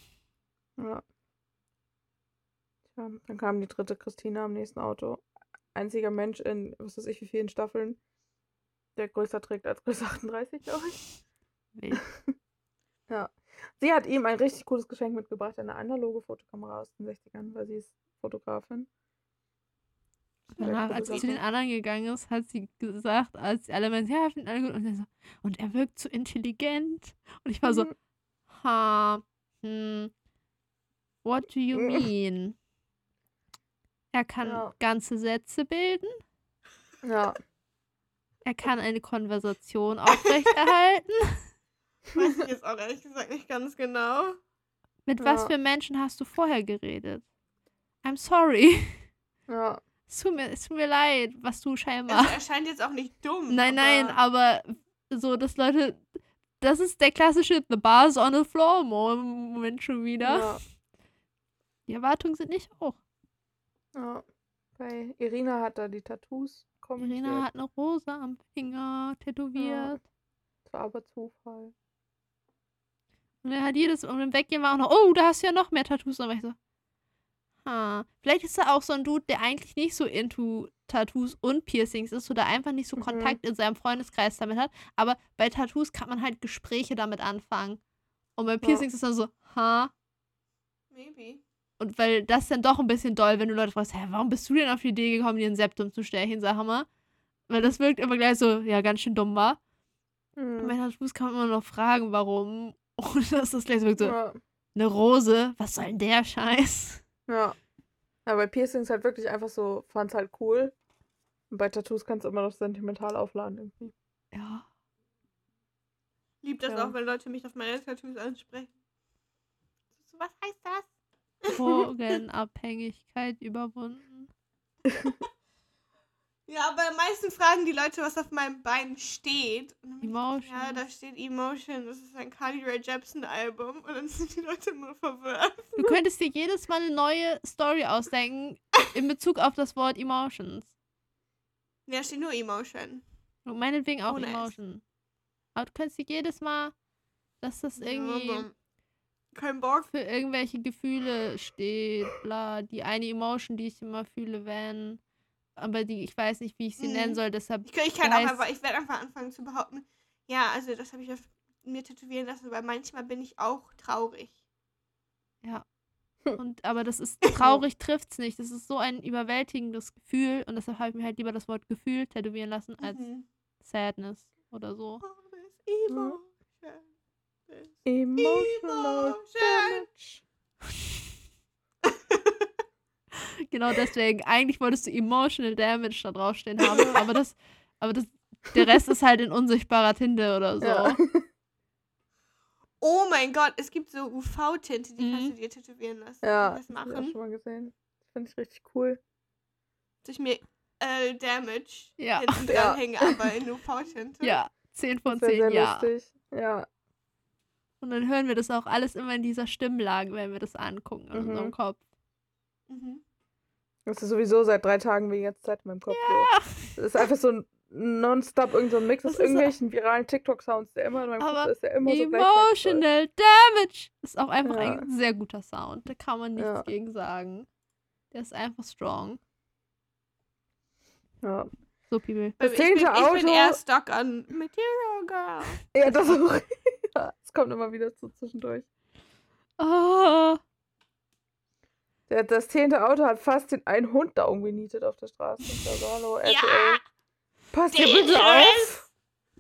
Ja. Tja, dann kam die dritte Christina am nächsten Auto. einziger Mensch in, was weiß ich, wie vielen Staffeln, der größer trägt als Größe 38, glaube ich. Wild. Ja. Sie hat ihm ein richtig cooles Geschenk mitgebracht, eine analoge Fotokamera aus den 60ern, weil sie ist Fotografin. Danach, als sie zu den anderen gegangen ist, hat sie gesagt, als alle meinten, ja, ich finde alle gut. Und, so, und er wirkt so intelligent. Und ich war so, what do you mean? Er kann ganze Sätze bilden. Ja. Er kann eine Konversation aufrechterhalten. Weiß ich jetzt auch ehrlich gesagt nicht ganz genau. Mit was für Menschen hast du vorher geredet? I'm sorry. Ja. Es tut mir leid, was du scheinbar... Er scheint jetzt auch nicht dumm. Nein, aber so, dass Leute... Das ist der klassische The bar's on the floor Moment schon wieder. Ja. Die Erwartungen sind nicht hoch. Ja. Bei Irina hat er die Tattoos kommentiert. Irina hat eine Rose am Finger tätowiert. Das war aber Zufall. Und er hat und im Weggehen war auch noch, oh, da hast du ja noch mehr Tattoos. Und dann war ich so, vielleicht ist er auch so ein Dude, der eigentlich nicht so into Tattoos und Piercings ist oder einfach nicht so Kontakt in seinem Freundeskreis damit hat. Aber bei Tattoos kann man halt Gespräche damit anfangen. Und bei Piercings ist dann so, Maybe. Und weil das dann doch ein bisschen doll, wenn du Leute fragst, warum bist du denn auf die Idee gekommen, dir ein Septum zu stechen, sag mal. Weil das wirkt immer gleich so, ja, ganz schön dumm war. Und bei Tattoos kann man immer noch fragen, warum. Und das ist gleich so, eine Rose, was soll denn der Scheiß? Ja. Ja, bei Piercings halt wirklich einfach so, fand's halt cool. Und bei Tattoos kannst du immer noch sentimental aufladen irgendwie. Ja. Lieb das auch, wenn Leute mich auf meine Tattoos ansprechen. So, was heißt das? Drogenabhängigkeit überwunden. Ja, aber am meisten fragen die Leute, was auf meinem Bein steht. Und Emotion. Ja, da steht Emotion. Das ist ein Carly Rae Jepsen Album. Und dann sind die Leute immer verwirrt. Du könntest dir jedes Mal eine neue Story ausdenken in Bezug auf das Wort Emotions. Ja, steht nur Emotion. Und meinetwegen auch Ohne Emotion. Aber du könntest dir jedes Mal, dass das irgendwie kein Bock für irgendwelche Gefühle steht, bla. Die eine Emotion, die ich immer fühle, wenn... Aber ich weiß nicht, wie ich sie nennen soll, deshalb... Ich werde einfach anfangen zu behaupten, ja, also das habe ich auf mir tätowieren lassen, weil manchmal bin ich auch traurig. Ja. Aber das ist, traurig trifft's nicht. Das ist so ein überwältigendes Gefühl und deshalb habe ich mir halt lieber das Wort Gefühl tätowieren lassen als Sadness oder so. Emotional damage. Genau deswegen. Eigentlich wolltest du Emotional Damage da draufstehen haben, aber der Rest ist halt in unsichtbarer Tinte oder so. Ja. Oh mein Gott, es gibt so UV-Tinte, die kannst du dir tätowieren lassen. Ja, das das habe ich machen. auch schon mal gesehen. Das finde ich richtig cool. Soll ich mir Damage Ja. hinten dran hängen, aber in UV-Tinte? Ja, 10 von Das 10, wäre sehr ja. lustig. Ja. Und dann hören wir das auch alles immer in dieser Stimmlage, wenn wir das angucken in unserem Kopf. Das ist sowieso seit 3 Tagen wie jetzt Zeit in meinem Kopf. Ja. So. Das ist einfach so ein nonstop irgend so ein Mix aus irgendwelchen viralen TikTok-Sounds, der immer in meinem Kopf ist, der immer so Emotional Damage ist auch einfach ein sehr guter Sound. Da kann man nichts gegen sagen. Der ist einfach strong. Ja. So, People. Das 10. Auto. Ich bin eher stuck an Material Girl. Ja, das auch. Das kommt immer wieder so zwischendurch. Oh. Das 10. Auto hat fast den einen Hund da umgenietet auf der Straße. Ich sag so, hallo, RTL. Passt hier bitte auf!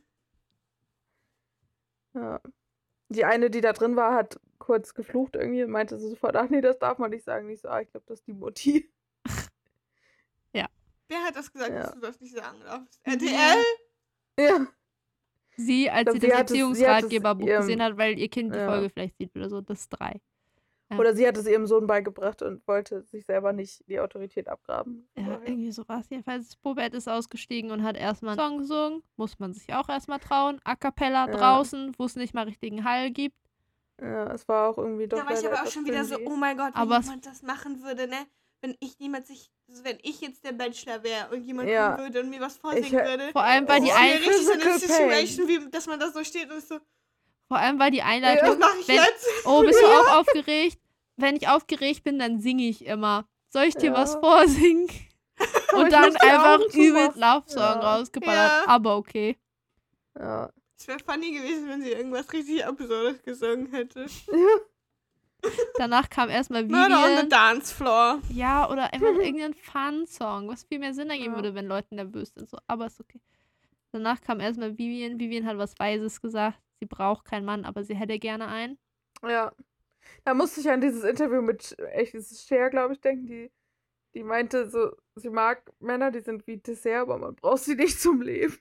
Ja. Die eine, die da drin war, hat kurz geflucht irgendwie und meinte so sofort, ach nee, das darf man nicht sagen. Ich so, ich glaube, das ist die Mutti. Ja. Wer hat das gesagt, dass du das nicht sagen darfst? RTL? Ja. Sie, als sie das Erziehungsratgeberbuch gesehen hat, weil ihr Kind die Folge vielleicht sieht oder so, das ist 3. Ja. Oder sie hat es ihrem Sohn beigebracht und wollte sich selber nicht die Autorität abgraben. Ja, irgendwie so war es. Jedenfalls, Bobette ist ausgestiegen und hat erstmal einen Song gesungen. Muss man sich auch erstmal trauen. A cappella draußen, wo es nicht mal richtigen Hall gibt. Ja, es war auch irgendwie doch. Da war ich aber auch schon wieder so, oh mein Gott, wenn aber jemand das machen würde, ne? Wenn ich jetzt der Bachelor wäre und jemand kommen würde und mir was vorsingen würde. Vor allem, weil die Situation, wie dass man da so steht und so. Vor allem, weil die Einleitung. Was mache ich jetzt? Oh, bist du auch aufgeregt? Wenn ich aufgeregt bin, dann singe ich immer. Soll ich dir was vorsingen? Aber Und ich dann muss die einfach Augen übelst zumachen. Love-Song Ja. rausgeballert. Ja. Aber okay. Ja. Es wäre funny gewesen, wenn sie irgendwas richtig Absurdes gesungen hätte. Danach kam erstmal Murder on the Vivian. dance floor. Ja, oder einfach irgendein Fun-Song, was viel mehr Sinn ergeben Ja. würde, wenn Leute nervös sind. So. Aber ist okay. Danach kam erstmal Vivian. Vivian hat was Weises gesagt. Sie braucht keinen Mann, aber sie hätte gerne einen. Ja. Da musste ich an dieses Interview mit Cher, glaube ich, denken, die meinte so, sie mag Männer, die sind wie Dessert, aber man braucht sie nicht zum Leben.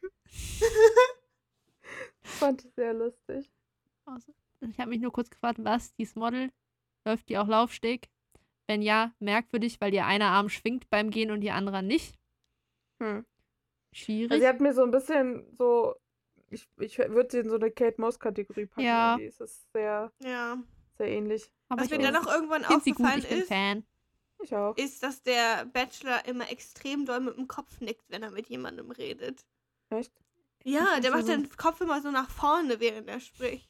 Das fand ich sehr lustig. Also, ich habe mich nur kurz gefragt, was, dieses Model, läuft die auch Laufsteg? Wenn ja, merkwürdig, weil ihr einer Arm schwingt beim Gehen und ihr anderer nicht. Hm. Schwierig. Also sie hat mir so ein bisschen so, ich würde sie in so eine Kate Moss-Kategorie packen. Ja. irgendwie. Es ist sehr, Ja. sehr ähnlich. aber Was ich mir finde dann auch irgendwann sie gut, aufgefallen ich bin ist, Fan. Ich auch. ist, dass der Bachelor immer extrem doll mit dem Kopf nickt, wenn er mit jemandem redet. Echt? Ja, Das der ist macht so- den Kopf immer so nach vorne, während er spricht.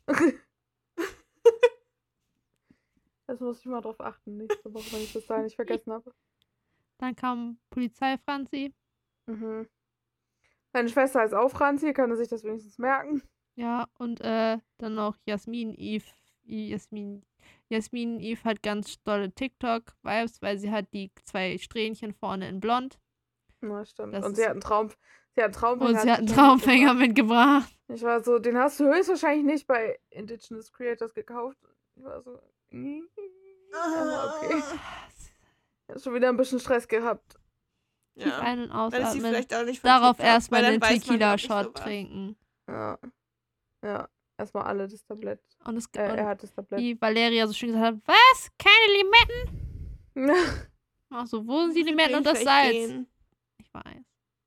Das muss ich mal drauf achten, nächste Woche, wenn ich das da nicht vergessen habe. Dann kam Polizei Franzi. Mhm. Seine Schwester heißt auch Franzi, kann er sich das wenigstens merken? Ja, und dann noch Jasmin Eve. Jasmin Eve hat ganz tolle TikTok-Vibes, weil sie hat die 2 Strähnchen vorne in blond. Na, stimmt. Das Und ist- sie hat einen Traumfänger. Und sie hat einen sich Traumfänger mitgebracht. mitgebracht. Ich war so, den hast du höchstwahrscheinlich nicht bei Indigenous Creators gekauft. Ich war so, aber okay. Ich hab schon wieder ein bisschen Stress gehabt. Tief Ja. ein- und Dann ist sie ausatmen. vielleicht auch nicht von Darauf TikTok, erstmal weil den dann weiß man, glaub ich, Tequila-Shot sowas. trinken. Ja. Ja. Erstmal alle das Tablett. Und, es, Er und hat das Tablett. wie Valeria so schön gesagt hat, was? Keine Limetten? Ach so, wo sind die Limetten und das Vielleicht Salz? gehen. Ich weiß.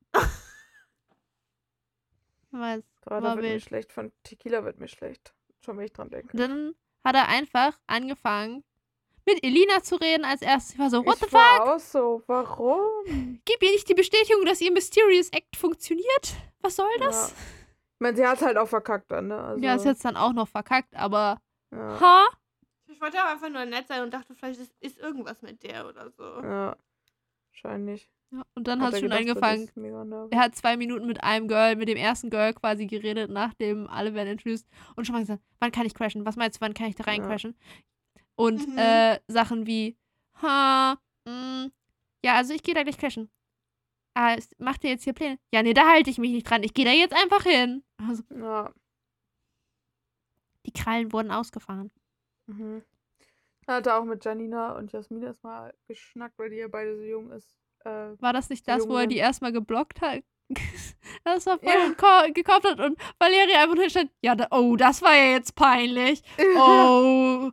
Ich weiß. Gerade war wird mir wild. schlecht. Von Tequila wird mir schlecht. Schon wenn ich dran denke. Und dann hat er einfach angefangen, mit Elina zu reden als erstes. Ich war so, what the Ich fuck? war auch so, warum? Gib ihr nicht die Bestätigung, dass ihr Mysterious Act funktioniert? Was soll das? Ja. Ich meine, sie hat halt auch verkackt dann, ne? Also, Ja, ist jetzt dann auch noch verkackt, aber Ja. ha? Ich wollte aber einfach nur nett sein und dachte, vielleicht ist irgendwas mit der oder so. Ja. Wahrscheinlich. Ja, und dann hat es er schon gedacht, so, die angefangen. ist mega nervös. Er hat 2 Minuten mit einem Girl, mit dem ersten Girl quasi geredet, nachdem alle werden introduced. Und schon mal gesagt, wann kann ich crashen? Was meinst du, wann kann ich da rein Ja. crashen? Und Mhm. Sachen wie, ja, also ich gehe da gleich crashen. Macht ihr jetzt hier Pläne? Ja, nee, da halte ich mich nicht dran. Ich gehe da jetzt einfach hin. Also, Ja. die Krallen wurden ausgefahren. Mhm. Er hatte auch mit Janina und Jasmin erstmal geschnackt, weil die ja beide so jung ist. War das nicht Die das, Jungen wo er sind- die erstmal geblockt hat? Das war voll Ja. gekauft hat und Valeria einfach nur stand, ja, das war ja jetzt peinlich. Oh,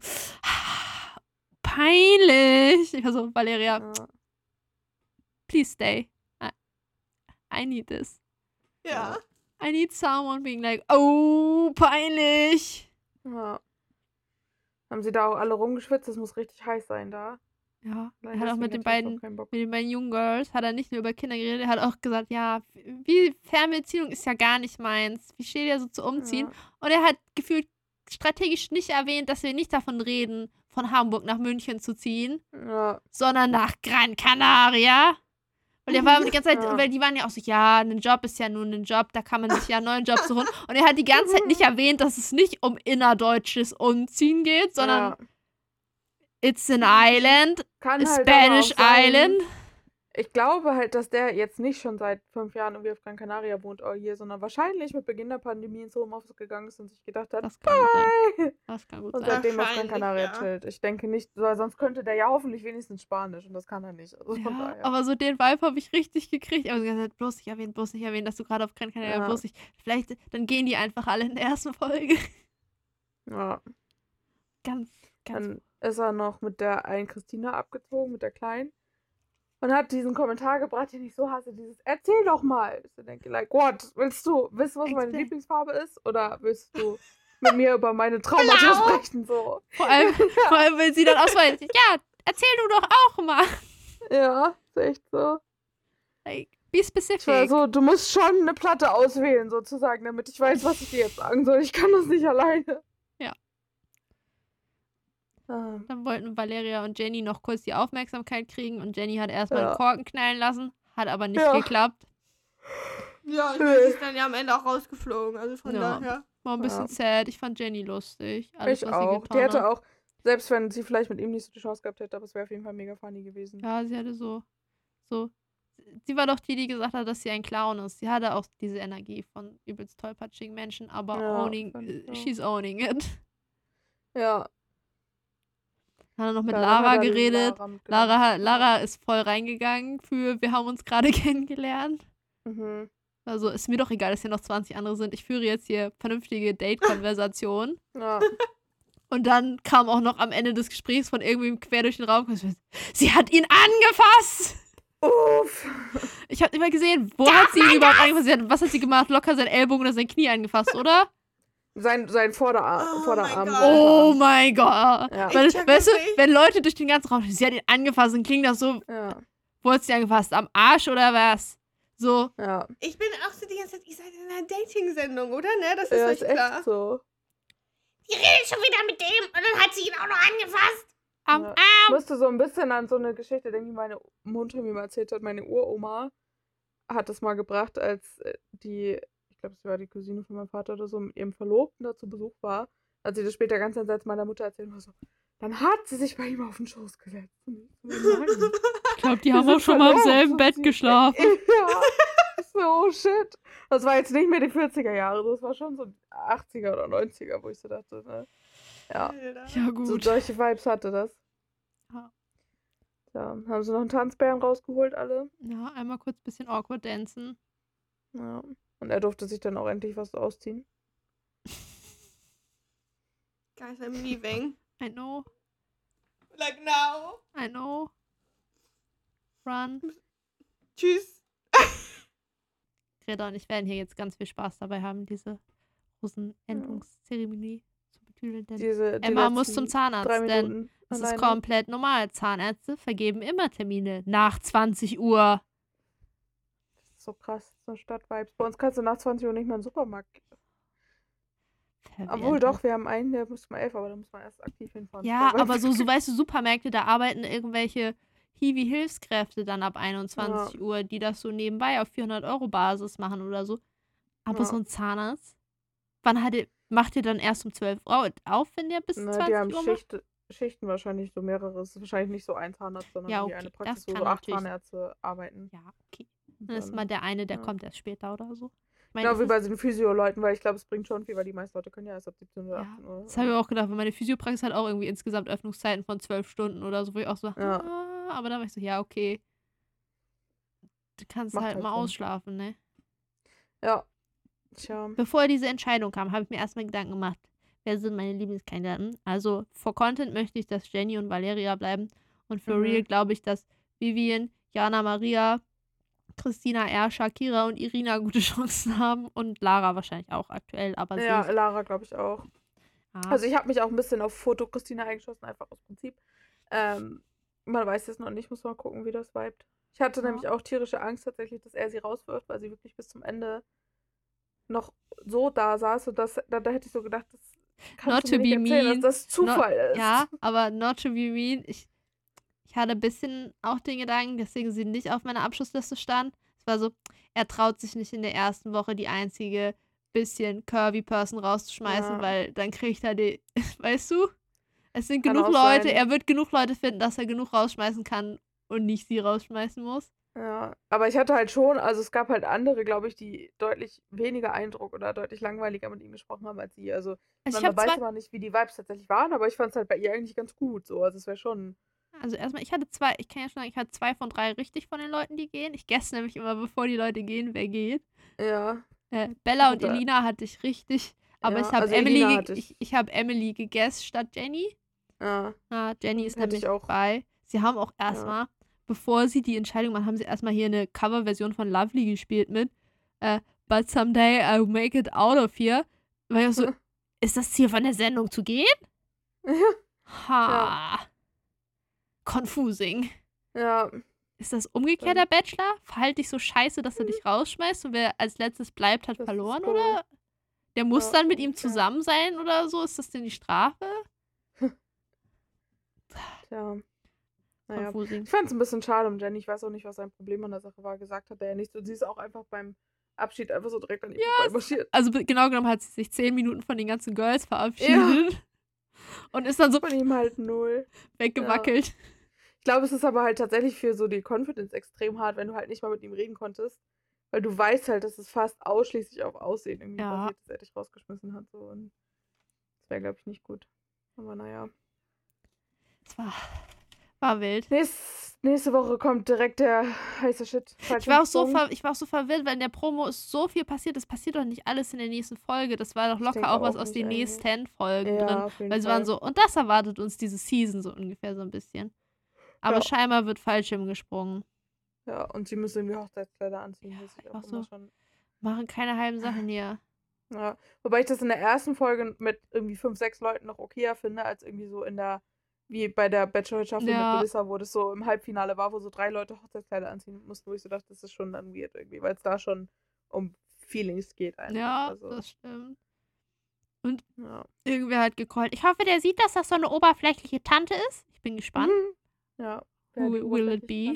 peinlich. Ich war so, Valeria, Ja. please stay. I need this. Ja. I need someone being like, oh, peinlich. Ja. Haben sie da auch alle rumgeschwitzt? Das muss richtig heiß sein da. Ja, Nein, er hat auch deswegen mit den hatte ich auch beiden keinen Bock. jungen Girls, hat er nicht nur über Kinder geredet, er hat auch gesagt, ja, wie Fernbeziehung ist ja gar nicht meins. Wie steht ihr so zu umziehen? Ja. Und er hat gefühlt strategisch nicht erwähnt, dass wir nicht davon reden, von Hamburg nach München zu ziehen, Ja. sondern nach Gran Canaria. Weil er war die ganze Zeit, Ja. weil die waren ja auch so, ja, ein Job ist ja nur ein Job, da kann man sich ja einen neuen Job suchen. Und er hat die ganze Zeit nicht erwähnt, dass es nicht um innerdeutsches Umziehen geht, sondern Ja. it's an island, Kann a halt aber Spanish auch sein, island. Ich glaube halt, dass der jetzt nicht schon seit 5 Jahren irgendwie auf Gran Canaria wohnt oder hier, sondern wahrscheinlich mit Beginn der Pandemie ins Homeoffice gegangen ist und sich gedacht hat, Das kann gut sein. bye! Das kann gut Und sein. seitdem auf Gran Wahrscheinlich, Canaria ja. chillt. Ich denke nicht, weil sonst könnte der ja hoffentlich wenigstens Spanisch und das kann er nicht. Also von Ja, daher. aber so den Vibe habe ich richtig gekriegt. Aber sie hat gesagt, bloß nicht erwähnen, dass du gerade auf Gran Canaria, Ja. bloß nicht. Vielleicht, dann gehen die einfach alle in der ersten Folge. Ja. Ganz. Dann ist er noch mit der einen Christina abgezogen, mit der Kleinen. Und hat diesen Kommentar gebracht, den ich so hasse, dieses Erzähl doch mal. Ich denke, like, what? Willst du wissen, was meine Explain. Lieblingsfarbe ist? Oder willst du mit mir über meine Traumata Blau. sprechen? So. Vor allem, wenn sie dann ausweicht, ja, erzähl du doch auch mal. Ja, ist echt so. Like, be Ich war specific. so, du musst schon eine Platte auswählen, sozusagen, damit ich weiß, was ich dir jetzt sagen soll. Ich kann das nicht alleine. Ja. Ähm, Dann wollten Valeria und Jenny noch kurz die Aufmerksamkeit kriegen und Jenny hat erstmal Ja. einen Korken knallen lassen. Hat aber nicht Ja. geklappt. Ja, ich meine, sie ist dann ja am Ende auch rausgeflogen. Also von Ja. daher. War ein bisschen sad. Ich fand Jenny lustig. Alles, Ich was sie auch. getan Die hätte hat. auch, selbst wenn sie vielleicht mit ihm nicht so die Chance gehabt hätte, aber es wäre auf jeden Fall mega funny gewesen. Ja, sie hatte so. Sie war doch die gesagt hat, dass sie ein Clown ist. Sie hatte auch diese Energie von übelst tollpatschigen Menschen, aber Ja, fand ich auch. she's owning it. Ja. Hat er noch mit Ja, dann Lara hat er geredet. mitgenommen. Lara ist voll reingegangen wir haben uns gerade kennengelernt. Mhm. Also ist mir doch egal, dass hier noch 20 andere sind. Ich führe jetzt hier vernünftige Date-Konversation. Ja. Und dann kam auch noch am Ende des Gesprächs von irgendwem quer durch den Raum. Sie hat ihn angefasst! Uff. Ich habe nicht mal gesehen, wo hat sie ihn überhaupt angefasst? Was hat sie gemacht? Locker sein Ellbogen oder sein Knie angefasst, oder? Sein Vorderarm. mein Gott. Oh mein Gott. Ja. Weil, Ich check weißt du, das nicht. wenn Leute durch den ganzen Raum, sie hat ihn angefasst, dann klingt das so, Ja. wo hat sie angefasst? Am Arsch oder was? So. Ja. Ich bin auch so die ganze Zeit, ihr seid in einer Dating-Sendung, oder? Ne? Das ist Ja, euch ist echt klar. so. Die redet schon wieder mit dem und dann hat sie ihn auch noch angefasst. Am Ja. Arsch. Ich musste so ein bisschen an so eine Geschichte denken, die meine Mutter mir mal erzählt hat. Meine Uroma hat das mal gebracht, als ich glaube, es war die Cousine von meinem Vater oder so, mit ihrem Verlobten da zu Besuch war. Als sie das später ganz entsetzt meiner Mutter erzählt, war so, dann hat sie sich bei ihm auf den Schoß gesetzt. Ich glaube, die Wir haben sind auch schon mal im verlobt, selben so Bett sie- geschlafen. Ja. So, shit. Das war jetzt nicht mehr die 40er Jahre, das war schon so 80er oder 90er, wo ich so dachte, ne? Ja. Alter. Ja, So gut. solche Vibes hatte das. Ja. Ja, haben sie noch einen Tanzbären rausgeholt, alle. Ja, einmal kurz ein bisschen awkward dancen. Ja. Und er durfte sich dann auch endlich was ausziehen. Guys, I'm leaving. I know. Like now. I know. Run. Tschüss. Greta und ich werden hier jetzt ganz viel Spaß dabei haben, diese Rosenendungszeremonie zu betüdeln. Denn Die Emma muss letzten zum Zahnarzt, 3 denn Minuten es ist alleine. komplett normal. Zahnärzte vergeben immer Termine nach 20 Uhr. Das ist so krass, so Stadtvibes. Bei uns kannst du nach 20 Uhr nicht mehr in den Supermarkt gehen. Obwohl doch, wir haben einen, der muss mal 11, aber da muss man erst aktiv hinfahren. Ja, Voll aber weit. so weißt du, Supermärkte, da arbeiten irgendwelche Hiwi-Hilfskräfte dann ab 21 Uhr, die das so nebenbei auf 400-Euro-Basis machen oder so. Aber Ja. so ein Zahnarzt, macht ihr dann erst um 12 Uhr auf, wenn der bis Ne, 20 die haben Uhr macht? Schichten wahrscheinlich, so mehrere. Es ist wahrscheinlich nicht so ein Zahnarzt, sondern Ja, wie okay, eine das Praxis, wo kann so 8 natürlich- Zahnärzte arbeiten. Ja, okay. Dann ist mal der eine, der ja. kommt erst später oder so. Ich meine, Genau es wie ist- bei den Physio-Leuten, weil ich glaube, es bringt schon viel, weil die meisten Leute können ja erst ab 17 oder Ja, 18 Uhr. das habe ich auch gedacht, weil meine Physiopraxis hat auch irgendwie insgesamt Öffnungszeiten von 12 Stunden oder so, wo ich auch so, Ja. aber dann war ich so, ja, okay. Du kannst Macht halt halt mal Sinn. ausschlafen, ne? Ja. Tja. Bevor diese Entscheidung kam, habe ich mir erstmal Gedanken gemacht, wer sind meine Lieblingskandidaten? Also, for Content möchte ich, dass Jenny und Valeria bleiben. Und for Mhm. real glaube ich, dass Vivian, Jana Maria, Christina R., Shakira und Irina gute Chancen haben. Und Lara wahrscheinlich auch aktuell, aber Ja, sehe Lara glaube ich auch. ich. Also ich habe mich auch ein bisschen auf Foto Christina eingeschossen, einfach aus Prinzip. Man weiß jetzt noch nicht, muss mal gucken, wie das vibet. Ich hatte Ja. nämlich auch tierische Angst tatsächlich, dass er sie rauswirft, weil sie wirklich bis zum Ende noch so da saß und da hätte ich so gedacht, das Not kannst du to mir be nicht erzählen, mean. dass das Zufall ist. Ja, aber not to be mean. Ich hatte ein bisschen auch den Gedanken, deswegen sie nicht auf meiner Abschlussliste stand. Es war so, er traut sich nicht in der ersten Woche die einzige bisschen curvy Person rauszuschmeißen, Ja. weil dann kriegt er die, weißt du? Es sind Kann genug auch Leute, sein. er wird genug Leute finden, dass er genug rausschmeißen kann und nicht sie rausschmeißen muss. Ja, aber ich hatte halt schon, also es gab halt andere, glaube ich, die deutlich weniger Eindruck oder deutlich langweiliger mit ihm gesprochen haben als sie. Also Also ich man habe weiß zwei, immer nicht, wie die Vibes tatsächlich waren, aber ich fand es halt bei ihr eigentlich ganz gut so. Also es wäre schon. also erstmal, ich hatte zwei von 3 richtig von den Leuten, die gehen. Ich guesse nämlich immer, bevor die Leute gehen, wer geht. Ja. Bella und Oder- Elina hatte ich richtig, aber Ja, ich habe also Elina hatte ich habe Emily gegessen statt Jenny. Ja. Jenny ist Hätte nämlich ich auch. bei. Sie haben auch erstmal, bevor sie die Entscheidung machen, haben sie erstmal hier eine Coverversion von Lovely gespielt mit But someday I'll make it out of here. Weil ich so, Ja. ist das Ziel von der Sendung zu gehen? Ja. Ha. Confusing. Ja. Ist das umgekehrter Bachelor? Verhalt dich so scheiße, dass er dich rausschmeißt und wer als letztes bleibt, hat Das ist verloren, cool. oder? Der muss Ja, dann mit ihm ungefähr. zusammen sein oder so? Ist das denn die Strafe? Tja. Naja. confusing. Ich fand es ein bisschen schade um Jenny. Ich weiß auch nicht, was sein Problem an der Sache war. Gesagt hat er ja nichts. Und sie ist auch einfach beim Abschied einfach so direkt an ihm vorbeimarschiert. Also genau genommen hat sie sich 10 Minuten von den ganzen Girls verabschiedet. Und ist dann so Von ihm halt 0. weggewackelt. Ich glaube, es ist aber halt tatsächlich für so die Confidence extrem hart, wenn du halt nicht mal mit ihm reden konntest. Weil du weißt halt, dass es fast ausschließlich auf Aussehen irgendwie basiert, dass er dich rausgeschmissen hat. So. Und das wäre, glaube ich, nicht gut. Aber naja. Es war wild. Nächste Woche kommt direkt der heiße Shit. Ich war auch so verwirrt, weil in der Promo ist so viel passiert. Das passiert doch nicht alles in der nächsten Folge. Das war doch locker auch was aus den nächsten Folgen drin. Weil sie waren so, und das erwartet uns diese Season so ungefähr so ein bisschen. Aber scheinbar wird Fallschirm gesprungen. Ja, und sie müssen irgendwie Hochzeitskleider anziehen. Das ist auch immer schon... Machen keine halben Sachen hier. Ja, wobei ich das in der ersten Folge mit irgendwie 5, 6 Leuten noch okayer finde, als irgendwie so in der, wie bei der Bachelor-Staffel mit Melissa, wo das so im Halbfinale war, wo so 3 Leute Hochzeitskleider anziehen mussten, wo ich so dachte, das ist schon dann weird irgendwie, weil es da schon um Feelings geht einfach. Ja, also. das stimmt. Und irgendwer hat gecallt. Ich hoffe, der sieht, dass das so eine oberflächliche Tante ist. Ich bin gespannt. Ja. Who will it be?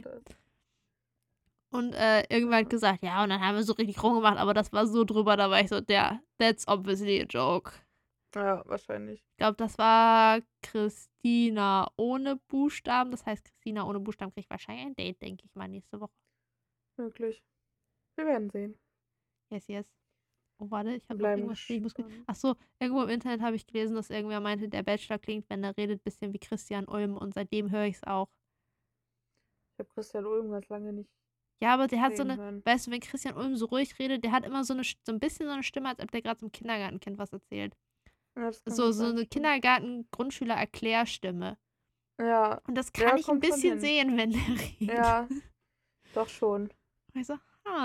Und irgendwann hat gesagt, ja, und dann haben wir so richtig rumgemacht, aber das war so drüber, da war ich so, that's obviously a joke. Ja, wahrscheinlich. Ich glaube, das war Christina ohne Buchstaben. Das heißt, Christina ohne Buchstaben kriegt wahrscheinlich ein Date, denke ich mal, nächste Woche. Möglich. Wir werden sehen. Yes. Oh, warte, ich habe irgendwas. Achso, irgendwo im Internet habe ich gelesen, dass irgendwer meinte, der Bachelor klingt, wenn er redet, ein bisschen wie Christian Ulm und seitdem höre ich es auch. Ich habe Christian Ulm ganz lange nicht. Ja, aber der hat so eine, weißt du, wenn Christian Ulm so ruhig redet, der hat immer so ein bisschen so eine Stimme, als ob der gerade zum Kindergartenkind was erzählt. Ja, so eine Kindergarten-Grundschüler-Erklärstimme. Ja. Und das kann ich ein bisschen sehen, wenn der redet. Ja, doch schon. Und ich so,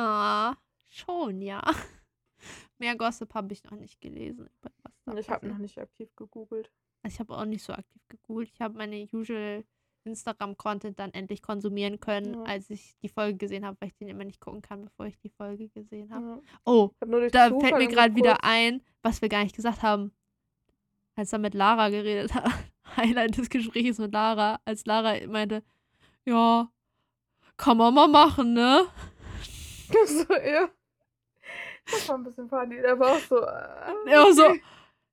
schon, ja. Mehr Gossip habe ich noch nicht gelesen. Ich habe noch nicht aktiv gegoogelt. Ich habe auch nicht so aktiv gegoogelt. Ich habe meine usual Instagram-Content dann endlich konsumieren können, als ich die Folge gesehen habe, weil ich den immer nicht gucken kann, bevor ich die Folge gesehen habe. Ja. Oh, da fällt mir gerade wieder ein, was wir gar nicht gesagt haben. Als er mit Lara geredet hat. Highlight des Gesprächs mit Lara, als Lara meinte, ja, kann man mal machen, ne? So, ja. Das war ein bisschen funny. Der war auch so. Er war so,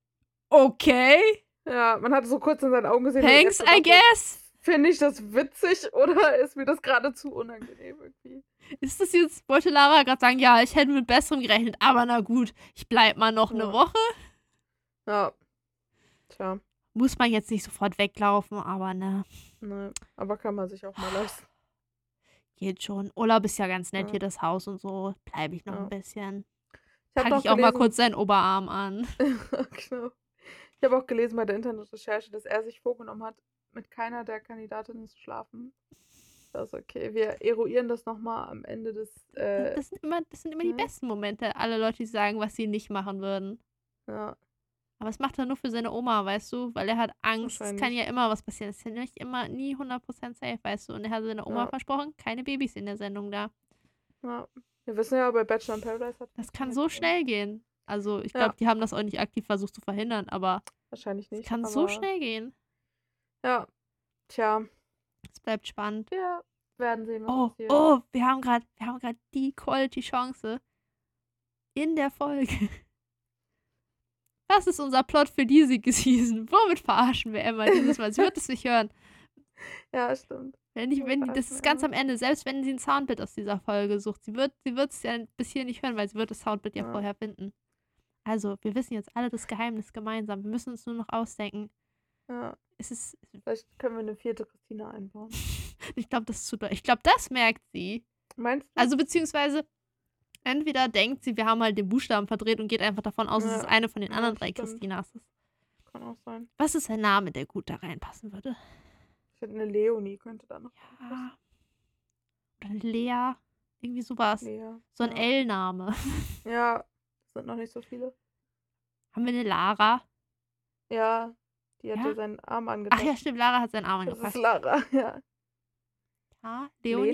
okay. Ja, man hat so kurz in seinen Augen gesehen. Thanks, I guess. Finde ich das witzig oder ist mir das gerade zu unangenehm irgendwie? Ist das jetzt, wollte Lara gerade sagen, ja, ich hätte mit Besserem gerechnet, aber na gut, ich bleib mal noch eine Woche. Ja. Tja. Muss man jetzt nicht sofort weglaufen, aber ne. Ne, aber kann man sich auch mal leisten. Geht schon. Urlaub ist ja ganz nett hier, das Haus und so. Bleibe ich noch ein bisschen. Packe ich auch mal kurz seinen Oberarm an. Genau. Ich habe auch gelesen bei der Internetrecherche, dass er sich vorgenommen hat, mit keiner der Kandidatinnen zu schlafen. Das ist okay. Wir eruieren das nochmal am Ende des... Das sind immer die besten Momente. Alle Leute, die sagen, was sie nicht machen würden. Ja. Aber es macht er nur für seine Oma, weißt du? Weil er hat Angst. Es kann ja immer was passieren. Es ist ja nicht immer, nie 100% safe, weißt du? Und er hat seiner Oma versprochen, keine Babys in der Sendung da. Ja. Wir wissen ja, bei Bachelor in Paradise hat das kann so schnell gehen. Also, ich glaube, die haben das auch nicht aktiv versucht zu verhindern, aber wahrscheinlich nicht. Es kann so schnell gehen. Ja. Tja. Es bleibt spannend. Wir werden sehen, was passiert. Oh, wir haben gerade die Quality-Chance in der Folge. Das ist unser Plot für diese Season. Womit verarschen wir Emma dieses Mal? Sie wird es nicht hören. Ja, stimmt. Das ist ganz am Ende, selbst wenn sie ein Soundbit aus dieser Folge sucht. Sie wird es ja bis hier nicht hören, weil sie wird das Soundbit ja vorher finden. Also, wir wissen jetzt alle das Geheimnis gemeinsam. Wir müssen uns nur noch ausdenken. Ja. Vielleicht können wir eine 4. Christina einbauen. Ich glaube, das ist zu doll. Ich glaube, das merkt sie. Meinst du? Also, beziehungsweise, entweder denkt sie, wir haben halt den Buchstaben verdreht und geht einfach davon aus, dass es eine von den anderen 3 Christinas ist. Kann auch sein. Was ist ein Name, der gut da reinpassen würde? Ich finde, eine Leonie könnte da noch reinpassen. Oder eine Lea. Irgendwie sowas. Lea. So ein L-Name. Ja, das sind noch nicht so viele. Haben wir eine Lara? Ja, die hat ja seinen Arm angepasst. Ach ja, stimmt, Lara hat seinen Arm angepasst. Das ist Lara, ja. Ja, Leonie,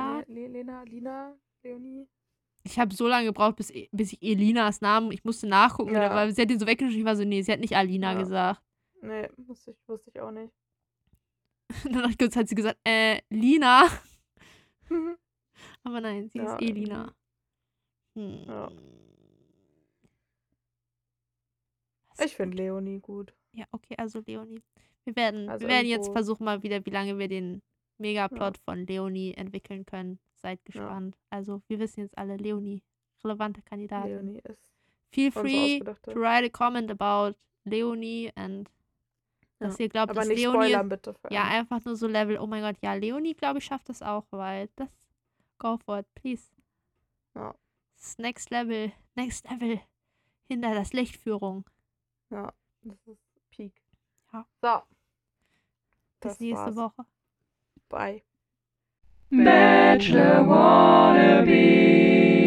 Lina, Leonie. Ich habe so lange gebraucht, bis ich Elinas Namen, ich musste nachgucken, weil sie hat ihn so weggeschrieben. Ich war so, nee, sie hat nicht Alina gesagt. Nee, wusste ich auch nicht. Und dann kurz hat sie gesagt, Lina. Aber nein, sie Ja, ist Elina. Ja. Ich finde Leonie gut. Ja, okay, also Leonie. Wir werden Also jetzt irgendwo- versuchen mal wieder, wie lange wir den Megaplot von Leonie entwickeln können. Seid gespannt. Also, wir wissen jetzt alle, Leonie, relevante Kandidatin. Leonie ist Feel unsere free ausgedachte. to write a comment about Leonie and dass ihr glaubt, Aber dass nicht Leonie spoilern, bitte. Für ja alle. einfach nur so Level, oh mein Gott, ja, Leonie, glaube ich, schafft das auch, weil das go for it, please. Ja. Das ist next Level hinter das Lichtführung. Ja, das ist Peak. Ja. So. Bis Das nächste war's. Woche. Bye. Bachelor Wannabe.